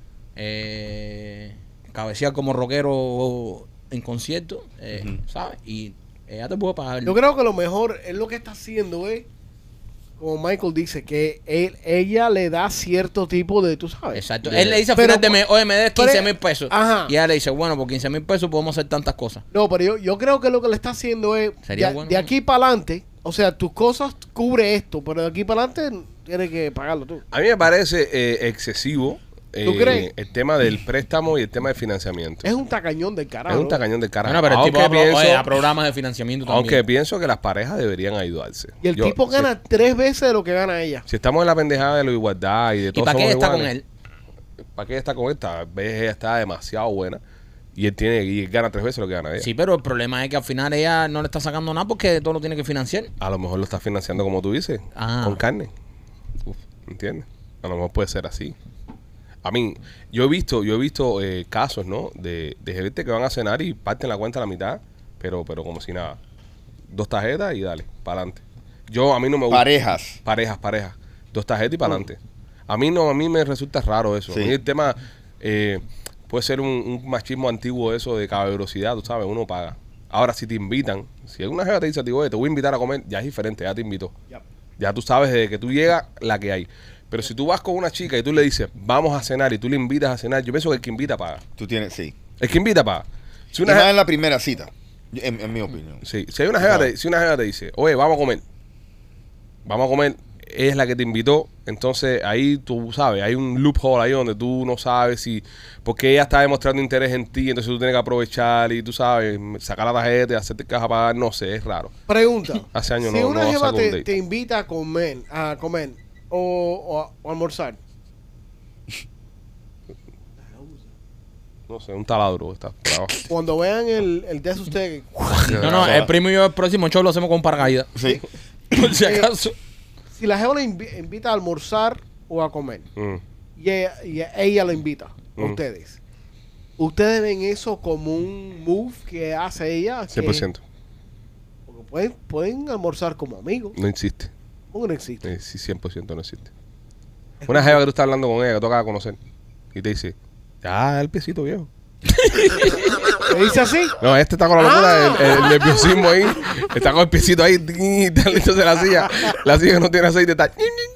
Cabecear como rockero en concierto, ¿sabes? Y ella te puede pagar. Yo creo que lo mejor es lo que está haciendo, como Michael dice, que ella le da cierto tipo de, tú sabes. Exacto. Él le dice al final de mes, oye, me des 15,000 pesos. Ajá. Y ella le dice, bueno, por 15,000 pesos podemos hacer tantas cosas. No, pero yo creo que lo que le está haciendo es, de aquí para adelante, o sea, tus cosas cubre esto, pero de aquí para adelante tienes que pagarlo tú. A mí me parece excesivo ¿Tú crees? el tema del préstamo y el tema del financiamiento. Es un tacañón del carajo. Es un tacañón del carajo. Bueno, pero el tipo Aunque pienso- a programas de financiamiento también. Aunque pienso que las parejas deberían ayudarse. Y el Yo- tipo gana 3 veces de lo que gana ella. Si estamos en la pendejada de la igualdad y de ¿Y todo para qué está con él? ¿Para qué está con él? Tal vez ella está demasiado buena y él gana 3 veces lo que gana ella. Sí, pero el problema es que al final ella no le está sacando nada porque todo lo tiene que financiar. A lo mejor lo está financiando como tú dices, Ah. con carne. Uf, ¿entiendes? A lo mejor puede ser así. A mí, yo he visto casos, ¿no? De gente que van a cenar y parten la cuenta a la mitad, pero como si nada. 2 tarjetas y dale, para adelante. A mí no me gusta. Parejas. 2 tarjetas y para adelante. A mí me resulta raro eso. Sí. A mí el tema puede ser un machismo antiguo eso de caballerosidad, tú sabes, uno paga. Ahora, si te invitan, si alguna jeva te dice a ti, oye, te voy a invitar a comer, ya es diferente, ya te invitó. Yep. Ya tú sabes desde que tú llegas la que hay. Pero si tú vas con una chica y tú le dices, vamos a cenar y tú le invitas a cenar, yo pienso que el que invita paga. Tú tienes, sí. El que invita paga. Si Y una más jeva, en la primera cita, en mi opinión. sí, si una jeva te dice, oye, vamos a comer, es la que te invitó, entonces ahí tú sabes, hay un loophole ahí donde tú no sabes si, porque ella está demostrando interés en ti, entonces tú tienes que aprovechar y tú sabes, sacar la tarjeta y hacerte caja pagar, no sé, es raro. Pregunta. Hace años si no una jeva saco un date. te invita a comer o a almorzar, No sé, un taladro está bravo. cuando vean el de ustedes, No, el primo y yo el próximo show lo hacemos con paracaídas. Sí. Por si acaso. si la jeva le invita a almorzar o a comer, Mm. y ella lo invita a Mm. ustedes ven eso como un move que hace ella. Que- 100%. porque pueden almorzar como amigos. No existe. ¿Cómo no existe? Sí, 100% no existe. Una jeva que tú estás hablando con ella, que tú acabas de conocer, y te dice, ya, el piecito viejo. ¿Me dice así? No, este está con la locura, el nerviosismo ahí, está con el piecito ahí, está listo de la silla que no tiene aceite, está...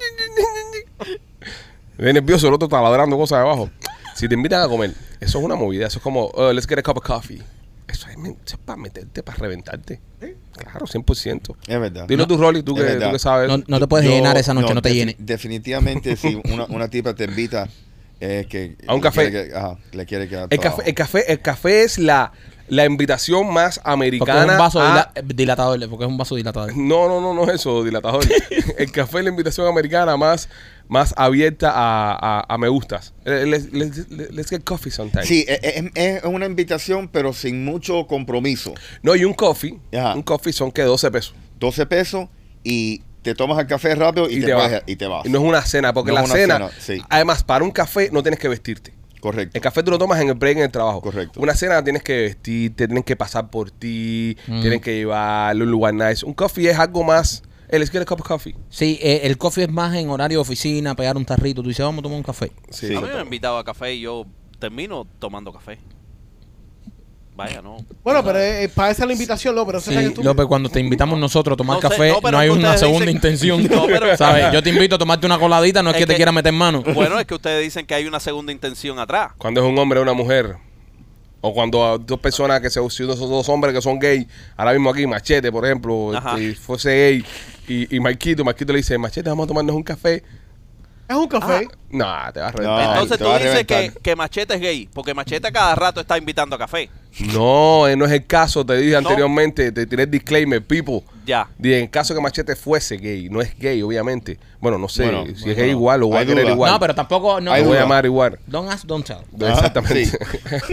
Es nervioso, el otro está ladrando cosas abajo. Si te invitan a comer, eso es una movida, eso es como, oh, let's get a cup of coffee. Eso es para meterte, para reventarte. Claro, 100%. Es verdad. Dilo tú, Rolly, tú Es verdad. que sabes. No te puedes llenar esa noche, no te llenes. Definitivamente, si una tipa te invita que A un café. le quiere quedar El café es la invitación más Porque americana. es un vaso a- dilatador. Porque es un vaso dilatador. No es eso, dilatador. El café es la invitación americana más abierta a me gustas. Let's get coffee sometime. Sí, es una invitación, pero sin mucho compromiso. No, y un coffee Ajá. son que 12 pesos. 12 pesos y te tomas el café rápido y te vas. Y te vas. Y no es una cena, porque No la es una cena, cena, sí. además, para un café no tienes que vestirte. Correcto. El café tú lo tomas en el break en el trabajo. Correcto. Una cena tienes que vestirte, tienen que pasar por ti, tienen que llevarlo a un lugar nice. Un coffee es algo más. Let's get a cup of coffee. Sí, el coffee es más en horario de oficina, pegar un tarrito. Tú dices, vamos a tomar un café. Sí, Sí. A mí me han invitado a café y yo termino tomando café. Vaya, no. Bueno, pero para esa es la invitación, no, pero Sí, eso es López, cuando te invitamos nosotros a tomar No sé, café, no, pero no hay es que una ustedes segunda dicen- intención. No, pero- ¿Sabes? Yo te invito a tomarte una coladita, no es Es que te que- quiera meter mano. Bueno, es que ustedes dicen que hay una segunda intención atrás. Cuando es un hombre o una mujer. O cuando a 2 personas que si son 2 hombres que son gay, ahora mismo aquí, Machete, por ejemplo, Ajá. si fuese gay, y Marquito le dice, Machete, vamos a tomarnos un café. Es un café. No, te vas a reventar. No. Entonces te tú va a dices reventar. que Machete es gay, porque Machete cada rato está invitando a café. No, no es el caso, te dije No. anteriormente, te tiré el disclaimer, people. Ya. Dije, en caso que Machete fuese gay, no es gay, obviamente. Bueno, no sé, Bueno, si es bueno, gay igual, lo voy a hay querer duda. igual. No, pero tampoco. No, Hay lo voy a duda. llamar igual. Don't ask, don't tell. Exactamente. sí.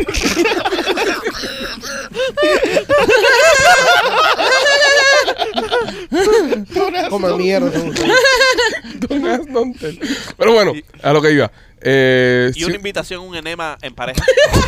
Come mierda. son ustedes. Don't ask, don't tell. Pero bueno, a lo que iba. Y Sí, una invitación, un enema en pareja.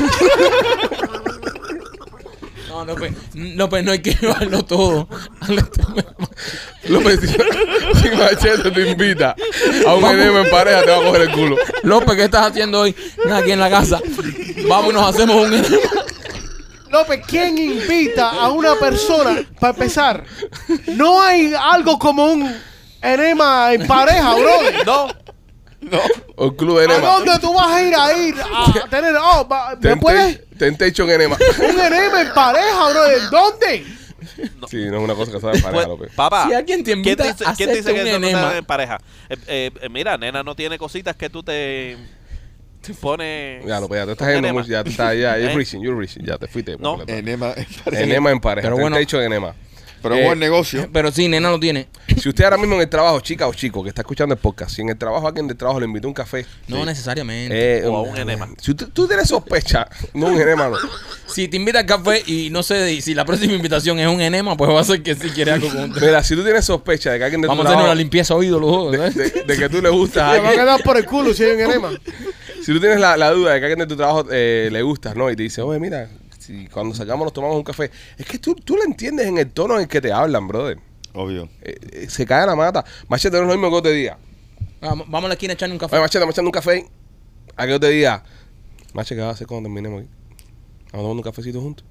No, López, no hay que llevarlo todo. López, si Machete te invita a un enema en pareja, te va a coger el culo. López, ¿qué estás haciendo hoy aquí en la casa? Vamos y nos hacemos un enema. López, ¿quién invita a una persona? Para empezar, no hay algo como un enema en pareja, bro. No. O el club de ¿A enema. dónde tú vas a ir a tener? Oh, ¿me puedes? Temptation enema. Un enema en pareja, bro. ¿Dónde? Sí, no es una cosa que sabe en pareja, Pues, López. papá, Si alguien te invita a ¿quién dice hacerte que un eso no enema? está en pareja? Mira, nena no tiene cositas que tú te... pone... Ya lo pegaste, estás con yendo enema. mucho, ya te estás, ya, ¿Eh? you're reaching, ya te fuiste. No. completo. Enema Enema en pareja, Pero te bueno. he dicho enema. pero buen negocio. Pero sí, nena lo tiene. Si usted ahora mismo en el trabajo, chica o chico, que está escuchando el podcast, si en el trabajo alguien del trabajo le invitó un café, No necesariamente. O a un enema. Si tú tienes sospecha, no un enema, no. Si te invita al café y no sé y si la próxima invitación es un enema, pues va a ser que sí quiere algo con Mira, si tú tienes sospecha de que alguien de tu Vamos a hacer una trabajo, limpieza oído los dos, ¿verdad? de que tú le gustas a Te va a alguien, quedar por el culo si hay un enema. si tú tienes la duda de que a alguien de tu trabajo le gustas, ¿no? Y te dice, oye, mira, si cuando sacamos nos tomamos un café, es que tú lo entiendes en el tono en el que te hablan, brother. Obvio. Se cae la mata. Machete, no es lo mismo que yo te diga. Vamos a la esquina a echarle un café. Oye, Machete, me echando un café. A que yo te diga, Machete, ¿qué vas a hacer cuando terminemos aquí? Vamos a tomar un cafecito juntos.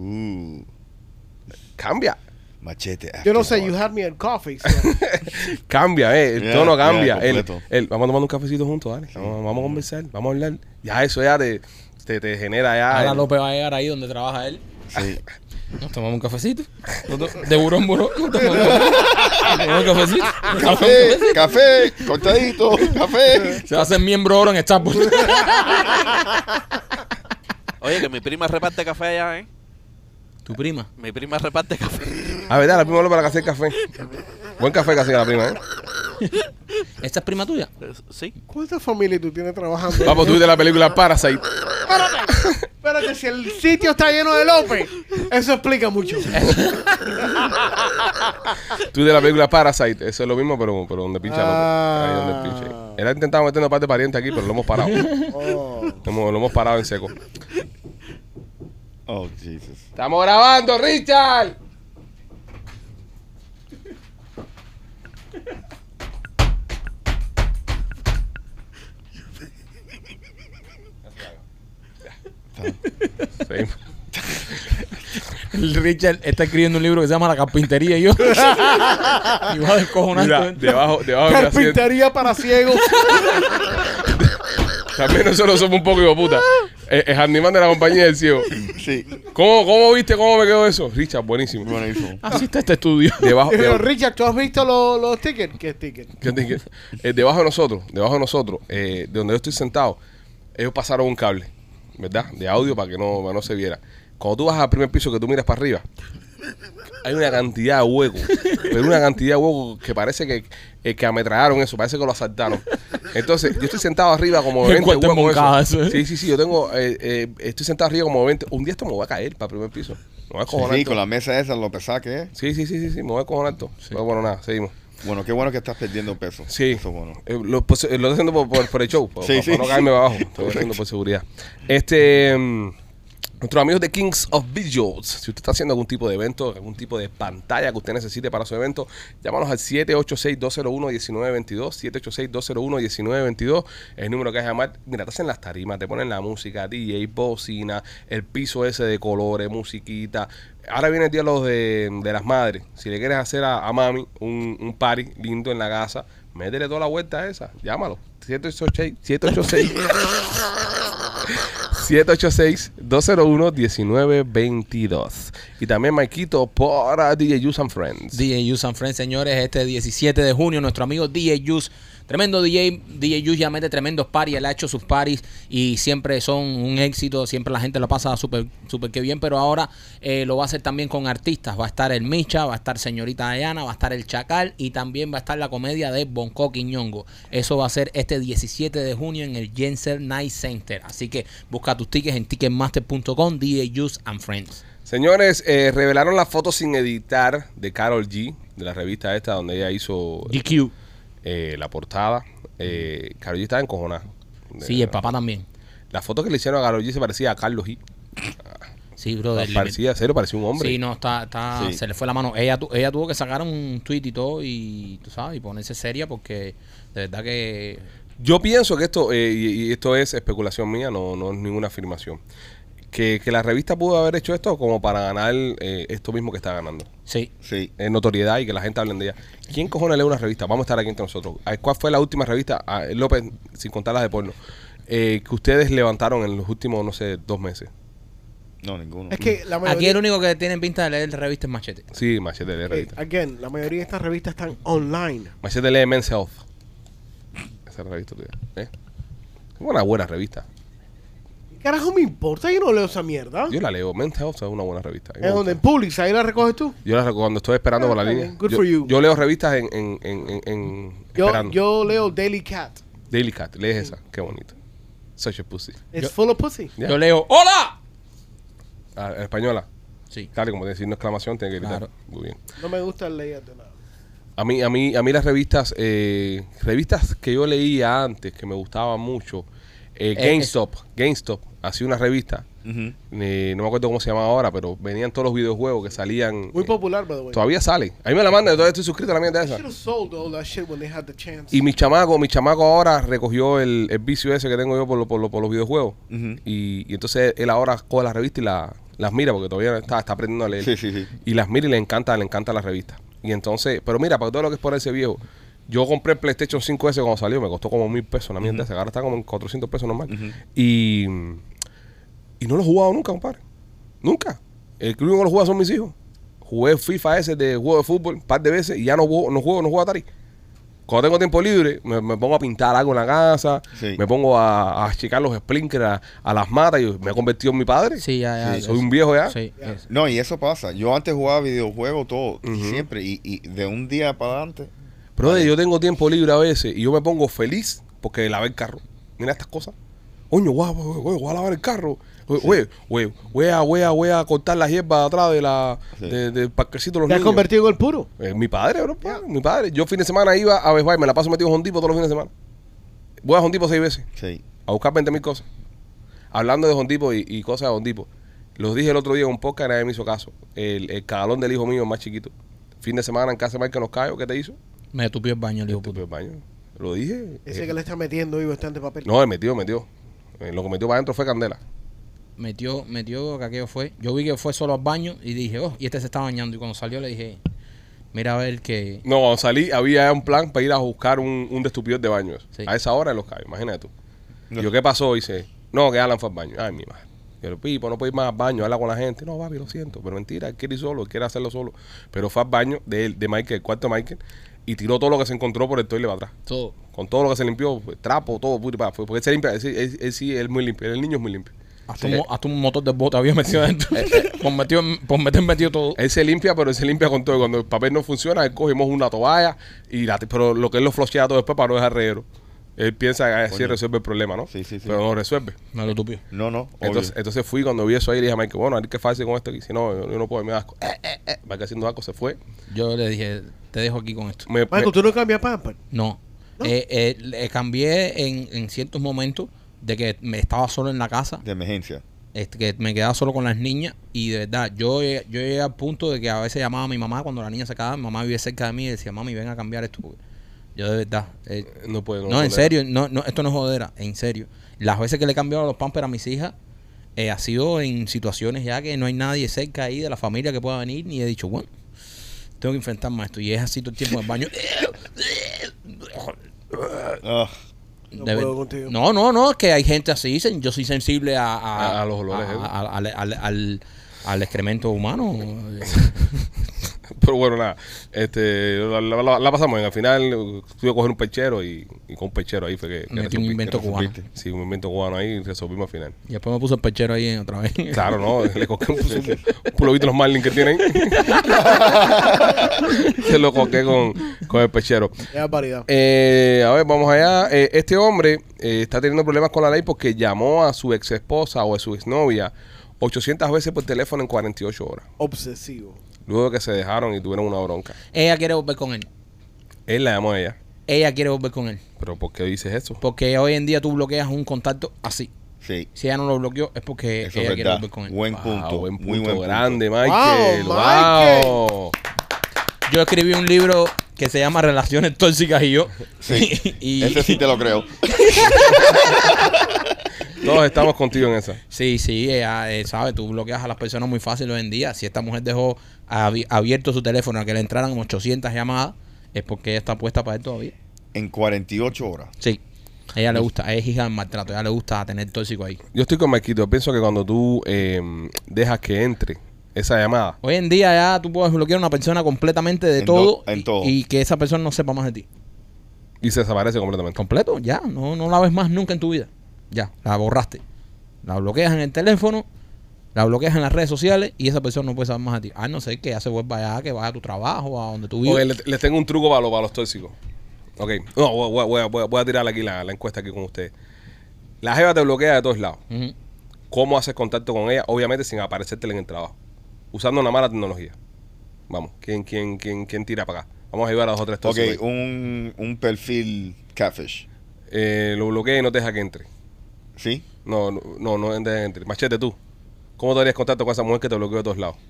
Cambia. Machete. Yo no sé, after you dark. had me at coffee. So. Cambia, el Yeah, tono yeah, cambia. completo. Vamos a tomar un cafecito juntos, dale. Vamos a conversar, vamos a hablar. Ya eso ya te genera ya. Ahora López va a llegar ahí donde trabaja él. Sí. Nos tomamos un cafecito. De buró en buró. Nos tomamos un cafecito. Café, cortadito, café. Se va a hacer miembro oro en Starbucks. Oye, que mi prima reparte café allá, ¿eh? Tu prima. Mi prima reparte café. A ver, la prima López para que hacer café. Buen café que hacía la prima, ¿eh? ¿Esta es prima tuya? Sí. ¿Cuántas familias tú tienes trabajando? Vamos, tú viste la película Parasite. Espérate, si el sitio está lleno de López, eso explica mucho. Tú viste la película Parasite. Eso es lo mismo, pero donde pincha López. Ahí donde pincha. Él ha intentado meternos parte de pariente aquí, pero lo hemos parado. Oh. Lo hemos parado en seco. Oh, Jesus. ¡Estamos grabando, Richard! Seguimos. El Richard está escribiendo un libro que se llama La Carpintería y yo. Y va a descojonar todo Mira, esto. debajo del asiento. Carpintería para ciegos. También nosotros somos un poco hijo puta. El handyman de la compañía del ciego. Sí. ¿Cómo viste cómo me quedó eso? Richard, buenísimo. Buenísimo. Así está este estudio. Debajo, Pero Richard, ¿tú has visto los tickets? ¿Qué tickets? debajo de nosotros, de donde yo estoy sentado, ellos pasaron un cable, ¿verdad? De audio para que no se viera. Cuando tú vas al primer piso que tú miras para arriba, hay una cantidad de huecos, pero una cantidad de huecos que parece que ametrallaron eso, parece que lo asaltaron. Entonces, yo estoy sentado arriba como El 20 cuarto en huecos. Moncada, Eso. eso, ¿eh? Sí, yo tengo, estoy sentado arriba como 20. Un día esto me va a caer para el primer piso. Me voy a cojonar. Sí, con la mesa esa, lo pesada que es. Sí, me voy a cojonar todo. Pero bueno, nada, seguimos. Bueno, qué bueno que estás perdiendo peso. Sí, Eso es bueno. lo estoy haciendo por el show, Sí, para sí. no caerme para abajo. Estoy haciendo por seguridad. Nuestros amigos de Kings of Visuals, si usted está haciendo algún tipo de evento, algún tipo de pantalla que usted necesite para su evento, llámanos al 786-201-1922, 786-201-1922, el número que hay que llamar. Mira, te hacen las tarimas, te ponen la música, DJ, bocina, el piso ese de colores, musiquita. Ahora viene el día de las madres. Si le quieres hacer a mami un party lindo en la casa, métele toda la vuelta a esa, llámalo. 786-201-1922. Y también Maikito por DJ Use and Friends. DJ Use and Friends, señores, este 17 de junio, nuestro amigo DJ Use, tremendo DJ Use ya mete tremendos parties, él ha hecho sus parties y siempre son un éxito, siempre la gente lo pasa súper que bien, pero ahora lo va a hacer también con artistas, va a estar el Micha, va a estar Señorita Diana, va a estar el Chacal y también va a estar la comedia de Bonco Quiñongo. Eso va a ser este 17 de junio en el Genser Night Center, así que busca tus tickets en ticketmaster.com, DJ Use and Friends. Señores, revelaron las fotos sin editar de Karol G, de la revista esta donde ella hizo GQ. la portada. Karol G estaba encojonada. Sí, el papá también. La foto que le hicieron a Karol G se parecía a Carlos G. Sí, brother. Parecía un hombre. Sí, no, Sí. se le fue la mano. Ella tuvo que sacar un tweet y todo y, tú sabes, y ponerse seria porque de verdad que... Yo pienso que esto, y esto es especulación mía, no es ninguna afirmación, que la revista pudo haber hecho esto como para ganar esto mismo que está ganando. Sí. Sí. Notoriedad y que la gente hable de ella. ¿Quién cojones lee una revista? Vamos a estar aquí entre nosotros. ¿Cuál fue la última revista, López, sin contar las de porno, que ustedes levantaron en los últimos, no sé, 2 meses? No, ninguno. Es que la mayoría... Aquí el único que tiene pinta de leer revistas es Machete. Sí, Machete lee revista. Again, la mayoría de estas revistas están online. Machete lee Men's Health. Esa es la revista tuya. Una buena revista. ¿Qué carajo me importa? Yo no leo esa mierda. Yo la leo. Mental Health es una buena revista. Es donde en Publix, ahí la recoges tú. Yo la cuando estoy esperando por la está línea. bien. Good for you. Yo leo revistas esperando. Yo leo Daily Cat. Daily Cat, lees esa. Qué bonito. Such a pussy. It's full of pussy. Ya. Yo leo, ¡hola! Ah, ¿en española? Sí. Claro, como decir una exclamación, tiene que gritar. Claro. Muy bien. No me gusta leer de nada. A mí las revistas que yo leía antes, que me gustaban mucho, GameStop hacía una revista, Ujú. no me acuerdo cómo se llama ahora, pero venían todos los videojuegos que salían. Muy popular, by the way. Todavía sale. Ahí me la mandan, todavía estoy suscrito a la mierda esa. Should have sold all that shit when they had the chance. Y mi chamaco ahora recogió el vicio ese que tengo yo por los videojuegos. Ujú. Y entonces él ahora coge la revista y las mira, porque todavía está aprendiendo a leer. Sí. Y las mira y le encanta la revista. Y entonces, pero mira, para todo lo que es ponerse viejo, yo compré el PlayStation 5S cuando salió, me costó como $1,000 la mierda esa, ahora está como en $400 normal. Y no lo he jugado nunca, compadre. Nunca. El único que lo juega son mis hijos. Jugué FIFA ese de juego de fútbol un par de veces y ya no juego Atari. Cuando tengo tiempo libre, me pongo a pintar algo en la casa, Sí. me pongo a achicar los sprinklers a las matas y me he convertido en mi padre. Sí, ya. Soy un viejo ya. Sí, Ya. es. No, y eso pasa. Yo antes jugaba videojuegos todo, siempre, y de un día para adelante. Brother, yo tengo tiempo libre a veces y yo me pongo feliz porque lavé el carro. Mira estas cosas. Coño, voy a lavar el carro. Voy a cortar la hierba atrás del parquecito de los ¿Te has niños. convertido en el puro? Mi padre, bro. Mi padre. Yo fin de semana iba a Best Buy, me la paso metido en Home Depot todos los fines de semana. Voy a Home Depot 6 veces Sí. a buscar 20,000 cosas. Hablando de Home Depot y cosas de Home Depot. Los dije el otro día en un podcast, nadie me hizo caso. El cagalón del hijo mío más chiquito. Fin de semana en casa de Mike en Los Cayos, ¿qué te hizo? Me tupió el baño, el hijo puto. El baño. Lo dije. Ese que le está metiendo hoy bastante papel. No, él metió. Lo que metió para adentro fue candela. Metió que aquello fue. Yo vi que fue solo al baño y dije, oh, y este se está bañando. Y cuando salió le dije, mira a ver que. No, cuando salí había un plan para ir a buscar un destupidor de baños. Sí. A esa hora en Los Cayos, imagínate tú. No. Y yo, ¿qué pasó? Dice, no, que Alan fue al baño. Ay, mi madre. Yo le Pipo, no puedo ir más al baño, habla con la gente. No, papi, lo siento. Pero mentira, él quiere ir solo, él quiere hacerlo solo. Pero fue al baño de Michael, el cuarto de Michael, y tiró todo lo que se encontró por el toile para atrás. Todo. Con todo lo que se limpió, pues, trapo, todo, porque él se limpia, él sí es muy limpio, el niño es muy limpio. Hasta un motor de bote había metido adentro. por meter metido todo. Él se limpia, pero él se limpia con todo. Cuando el papel no funciona, él cogemos una toalla, pero lo que él lo flochea todo después para no dejar reguero. Él piensa que así Coño. resuelve el problema, ¿no? Sí. Pero no resuelve. Me lo tupió. No. Entonces fui cuando vi eso ahí y le dije a Michael, bueno, hay que fácil con esto. Y si no, yo no puedo, me da asco. Michael haciendo asco, se fue. Yo le dije, te dejo aquí con esto. Michael, ¿tú no cambias pamper? No. ¿No? Le cambié en ciertos momentos de que me estaba solo en la casa. De emergencia. Que me quedaba solo con las niñas y de verdad yo llegué al punto de que a veces llamaba a mi mamá cuando la niña se quedaba, mi mamá vivía cerca de mí y decía, mami, ven a cambiar esto, porque yo de verdad No puedo. no, en serio, no, esto no es jodera, en serio. Las veces que le he cambiado los pampers a mis hijas ha sido en situaciones ya que no hay nadie cerca ahí de la familia que pueda venir y he dicho, bueno, tengo que enfrentarme a esto y es así todo el tiempo en el baño. Ah, No De puedo ver- contigo. No, es que hay gente así, yo soy sensible A los olores, al excremento humano. Pero bueno, nada. La pasamos bien. Al final tuve que coger un perchero y con un perchero ahí fue que Metí un resolví. invento cubano. resolviste. Sí, un invento cubano ahí y resolvimos al final. Y después me puso el pechero ahí otra vez. Claro, ¿no? Le cogí un pulovito de los Marlins que tienen. Se lo coqué con el pechero. Es barbaridad. A ver, vamos allá. Este hombre está teniendo problemas con la ley porque llamó a su ex esposa o a su exnovia 800 veces por teléfono en 48 horas. Obsesivo. Luego de que se dejaron y tuvieron una bronca. Ella quiere volver con él. Él la llamó a ella. Ella quiere volver con él. ¿Pero por qué dices eso? Porque hoy en día tú bloqueas un contacto así. sí. Si ella no lo bloqueó es porque Eso ella es quiere verdad. volver con él. Buen Wow, punto. buen Muy punto. buen punto. Grande, Michael. Wow, Wow. Yo escribí un libro que se llama Relaciones Tóxicas y yo. Sí. y, Ese sí te lo creo. Todos estamos contigo en esa. Sí, ella, sabe, tú bloqueas a las personas muy fácil hoy en día. Si esta mujer dejó abierto su teléfono a que le entraran 800 llamadas, es porque ella está puesta para él todavía. En 48 horas. Sí. A ella le gusta, es hija del maltrato, a ella le gusta tener tóxico ahí. Yo estoy con Marquito. Pienso que cuando tú dejas que entre esa llamada, Hoy en día ya tú puedes bloquear a una persona completamente de En todo, en y- todo. Y, que esa persona no sepa más de ti. y se desaparece completamente. Completo, ya, no la ves más nunca en tu vida. Ya, la borraste. La bloqueas en el teléfono, la bloqueas en las redes sociales y esa persona no puede saber más de ti. No sé, que ya se vuelva allá, que vaya a tu trabajo, a donde tú vives. Ok, les tengo un truco para los tóxicos. Ok. No, voy a tirar aquí la encuesta aquí con ustedes. La jeva te bloquea de todos lados. Ujú. ¿Cómo haces contacto con ella? Obviamente sin aparecerte en el trabajo. Usando una mala tecnología. Vamos, ¿quién tira para acá? Vamos a ayudar a los otros Ok, tóxicos. un perfil catfish. Lo bloquea y no te deja que entre. ¿Sí? No te deja que entre. Machete, tú. ¿Cómo te harías contacto con esa mujer que te bloqueó de todos lados?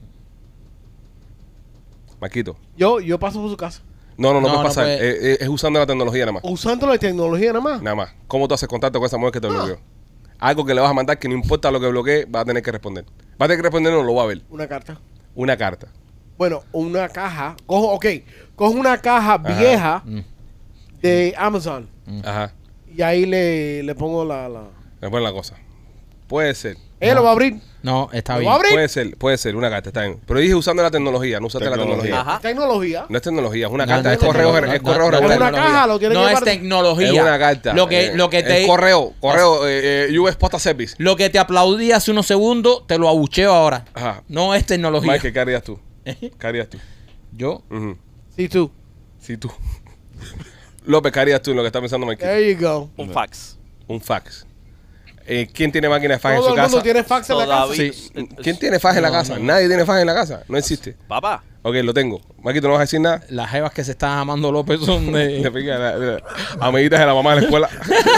Marquito. Yo paso por su casa. No No, puede no pasar. puede. Es usando la tecnología nada más. Usando la tecnología nada más. Nada más. ¿Cómo tú haces contacto con esa mujer que te bloqueó? Algo que le vas a mandar que no importa lo que bloquee, va a tener que responder. Va a tener que responder, no lo va a ver. Una carta. Una carta. Bueno, una caja. Cojo una caja vieja de Amazon. Ajá. Y ahí le pongo la... Me pone la cosa. Puede ser. Ella lo va a abrir. No, está ¿Lo bien. va a abrir? Puede ser una carta, está bien. Pero dije usando la tecnología, no usaste la tecnología. Ajá. Tecnología. No es tecnología, es una No, carta, no es correo, no, es no, correo no, Es regular. una no, caja, lo tiene que No es llevar. tecnología. Es una carta. Lo que te... Es correo, US Postal Service. Lo que te aplaudí hace unos segundos, te lo abucheo ahora. Ajá. No es tecnología. Mike, ¿qué harías tú? ¿Qué harías tú? Yo, Ujú. Sí, tú. Sí, tú. López, ¿qué harías tú en lo que está pensando Mike? There you go. Un fax. Un fax. ¿Quién tiene máquina de fax en Todo su el mundo casa? tiene fax en la casa. Todavía. Sí. ¿Quién tiene fax en la casa? Nadie tiene fax en la casa. No existe. Papá. Ok, lo tengo. Maquito, no vas a decir nada. las jevas que se están amando López son Le de... pica amiguitas de la mamá de la escuela.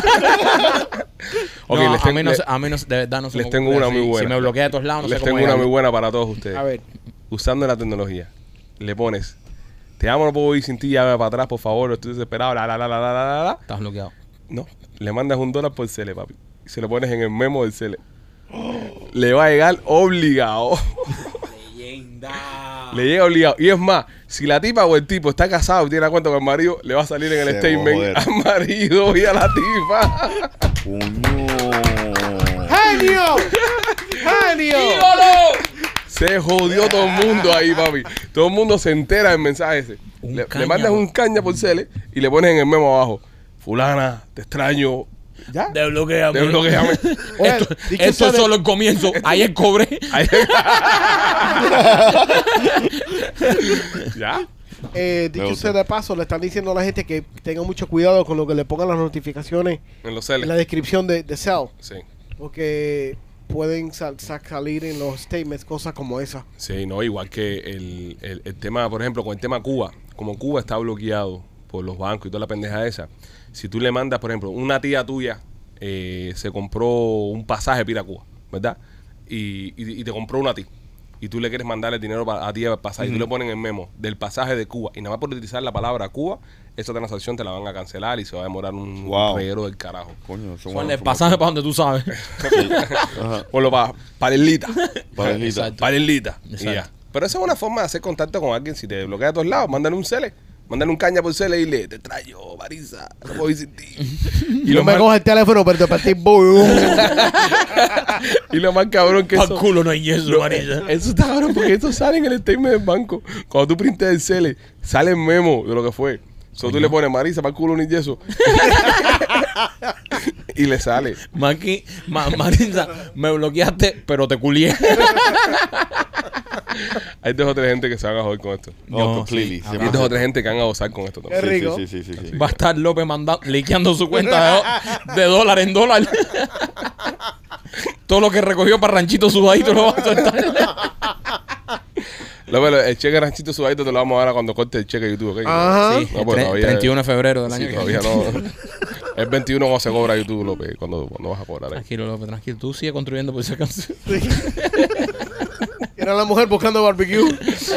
Ok, No, les tengo, a mí no, de verdad no se les me tengo ocurre una muy así. buena. Si me bloquea de todos lados, no les sé cómo tengo una muy llegarle. buena para todos ustedes. A ver. Usando la tecnología, le pones, te amo, no puedo ir sin ti, ya para atrás, por favor, estoy desesperado, la. Estás bloqueado. No, le mandas $1 por Cele, papi. Y se lo pones en el memo del Cele. Le va a llegar obligado. Leyenda. Le llega obligado. Y es más, si la tipa o el tipo está casado y tiene la cuenta con el marido, le va a salir en el Se statement joder. al marido y a la tipa. Coño. ¡Genio! ¡Genio! Se jodió todo el mundo ahí, papi. Todo el mundo se entera del mensaje ese. Un Le caña, mandas un caña por Cele y le pones en el memo abajo. Fulana, te extraño. Ya. Desbloqueame. Desbloqueame. Oye, Esto dicho es sea de- solo el comienzo. Ayer cobré. Ahí- ¿Ya? Dicho gusta. sea de paso, le están diciendo a la gente que tenga mucho cuidado con lo que le pongan las notificaciones En los en la Cele. descripción de Cell. Sí. Porque pueden salir en los statements cosas como esa. Sí, no, igual que el tema, por ejemplo, con el tema Cuba. Como Cuba está bloqueado por los bancos y toda la pendeja esa. Si tú le mandas, por ejemplo, una tía tuya se compró un pasaje para ir a Cuba, ¿verdad? Y te compró una a ti. Y tú le quieres mandarle dinero a ti para el pasaje. Y tú le pones en el memo del pasaje de Cuba. Y nada más por utilizar la palabra Cuba, esa transacción te la van a cancelar y se va a demorar un Wow. reguero del carajo. Coño, son Ponle el pasaje para donde tú sabes. Ajá. Ponlo para Islita. Padelita. Exacto. Para Islita. Y Exacto. ya. Pero esa es una forma de hacer contacto con alguien. Si te bloquea de todos lados, mándale un Cele. Mándale un caña por Cele y dile, te traigo, Marisa, no puedo ir sin ti. Y Yo lo, me más, cojo el teléfono, pero te partí boom. y lo más cabrón que Para eso... culo no hay eso, Marisa. Eso está cabrón porque eso sale en el statement del banco. Cuando tú printes el Cele, sale el memo de lo que fue. So tú le pones Marisa para el culo ni yeso. Y le sale. Marisa, me bloqueaste, pero te culié. Hay dos o tres gente que se van a joder con esto. Oh, No, completely. sí. Se Y me hay dos o hace- tres gente que van a gozar con esto Qué también. rico. Sí, sí, sí, sí, sí. Va a estar López liqueando su cuenta de dólar en dólar. Todo lo que recogió para Ranchito Sudadito lo va a soltar. El cheque ranchito sudadito te lo vamos a dar cuando corte el cheque de YouTube, ¿ok? Ajá. Sí, No, pues todavía- 31 de febrero del año Sí, que todavía viene. no. Es 21 cuando se cobra YouTube, López, cuando vas a cobrar ahí. Tranquilo, López, tranquilo. Tú sigue construyendo por esa canción. Era la mujer buscando barbecue.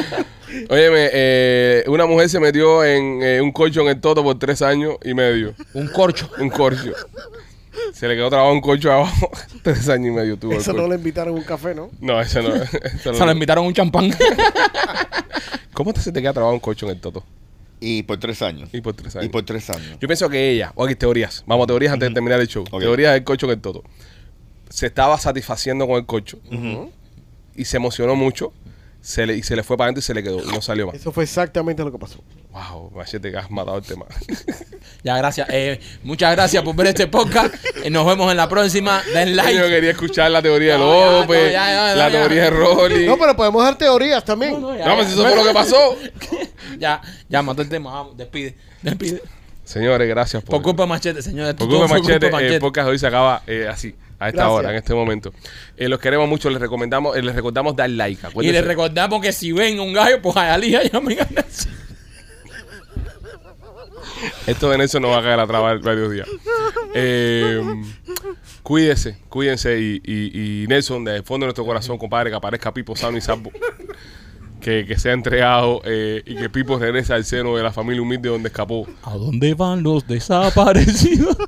Óyeme, una mujer se metió en un corcho en el toto por 3 años y medio. Un corcho. Un corcho. Se le quedó trabado un corcho abajo. 3 años y medio tuvo el Eso no corcho. le invitaron un café, ¿no? No, eso no. Se le invitaron un champán. ¿Cómo se te queda trabado un corcho en el toto? Y por 3 años. Y por 3 años. Y por 3 años. Yo pienso que ella, ok, teorías. Vamos a teorías antes de terminar el show. Ok. Teorías del corcho en el toto. Se estaba satisfaciendo con el corcho y se emocionó mucho se le fue para adentro y se le quedó y no salió más. Eso fue exactamente lo que pasó. Wow, Machete, que has matado el tema. Ya, gracias. Muchas gracias por ver este podcast. Nos vemos en la próxima. Den like. Yo quería escuchar la teoría de No, López, ya, la teoría de Rolly. No, pero podemos dar teorías también. No, pero si eso fue lo que pasó. Ya, mató el tema. Vamos, despide. Señores, gracias Por culpa de Machete, señores. Por culpa de Machete, el podcast hoy se acaba así, a esta Gracias. hora, en este momento. Los queremos mucho, les recordamos dar like. Y Acuérdense. les recordamos que si ven un gallo, pues a Alía llamen a Nelson. Esto de Nelson no va a caer a trabar varios días. Cuídense y Nelson, desde el fondo de nuestro corazón, compadre, que aparezca Pipo sano y salvo. Que sea entregado y que Pipo regrese al seno de la familia humilde donde escapó. ¿A dónde van los desaparecidos?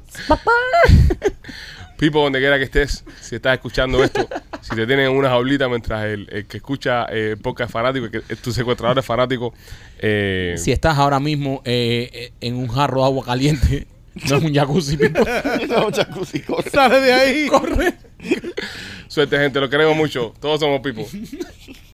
Pipo, donde quiera que estés, si estás escuchando esto, si te tienen en una jaulita mientras el que escucha podcast fanático, que tu secuestrador es fanático. Si estás ahora mismo en un jarro de agua caliente, no es un jacuzzi, Pipo. No, jacuzzi, corre. Sale de ahí. Corre. Suerte, gente, lo queremos mucho. Todos somos Pipo.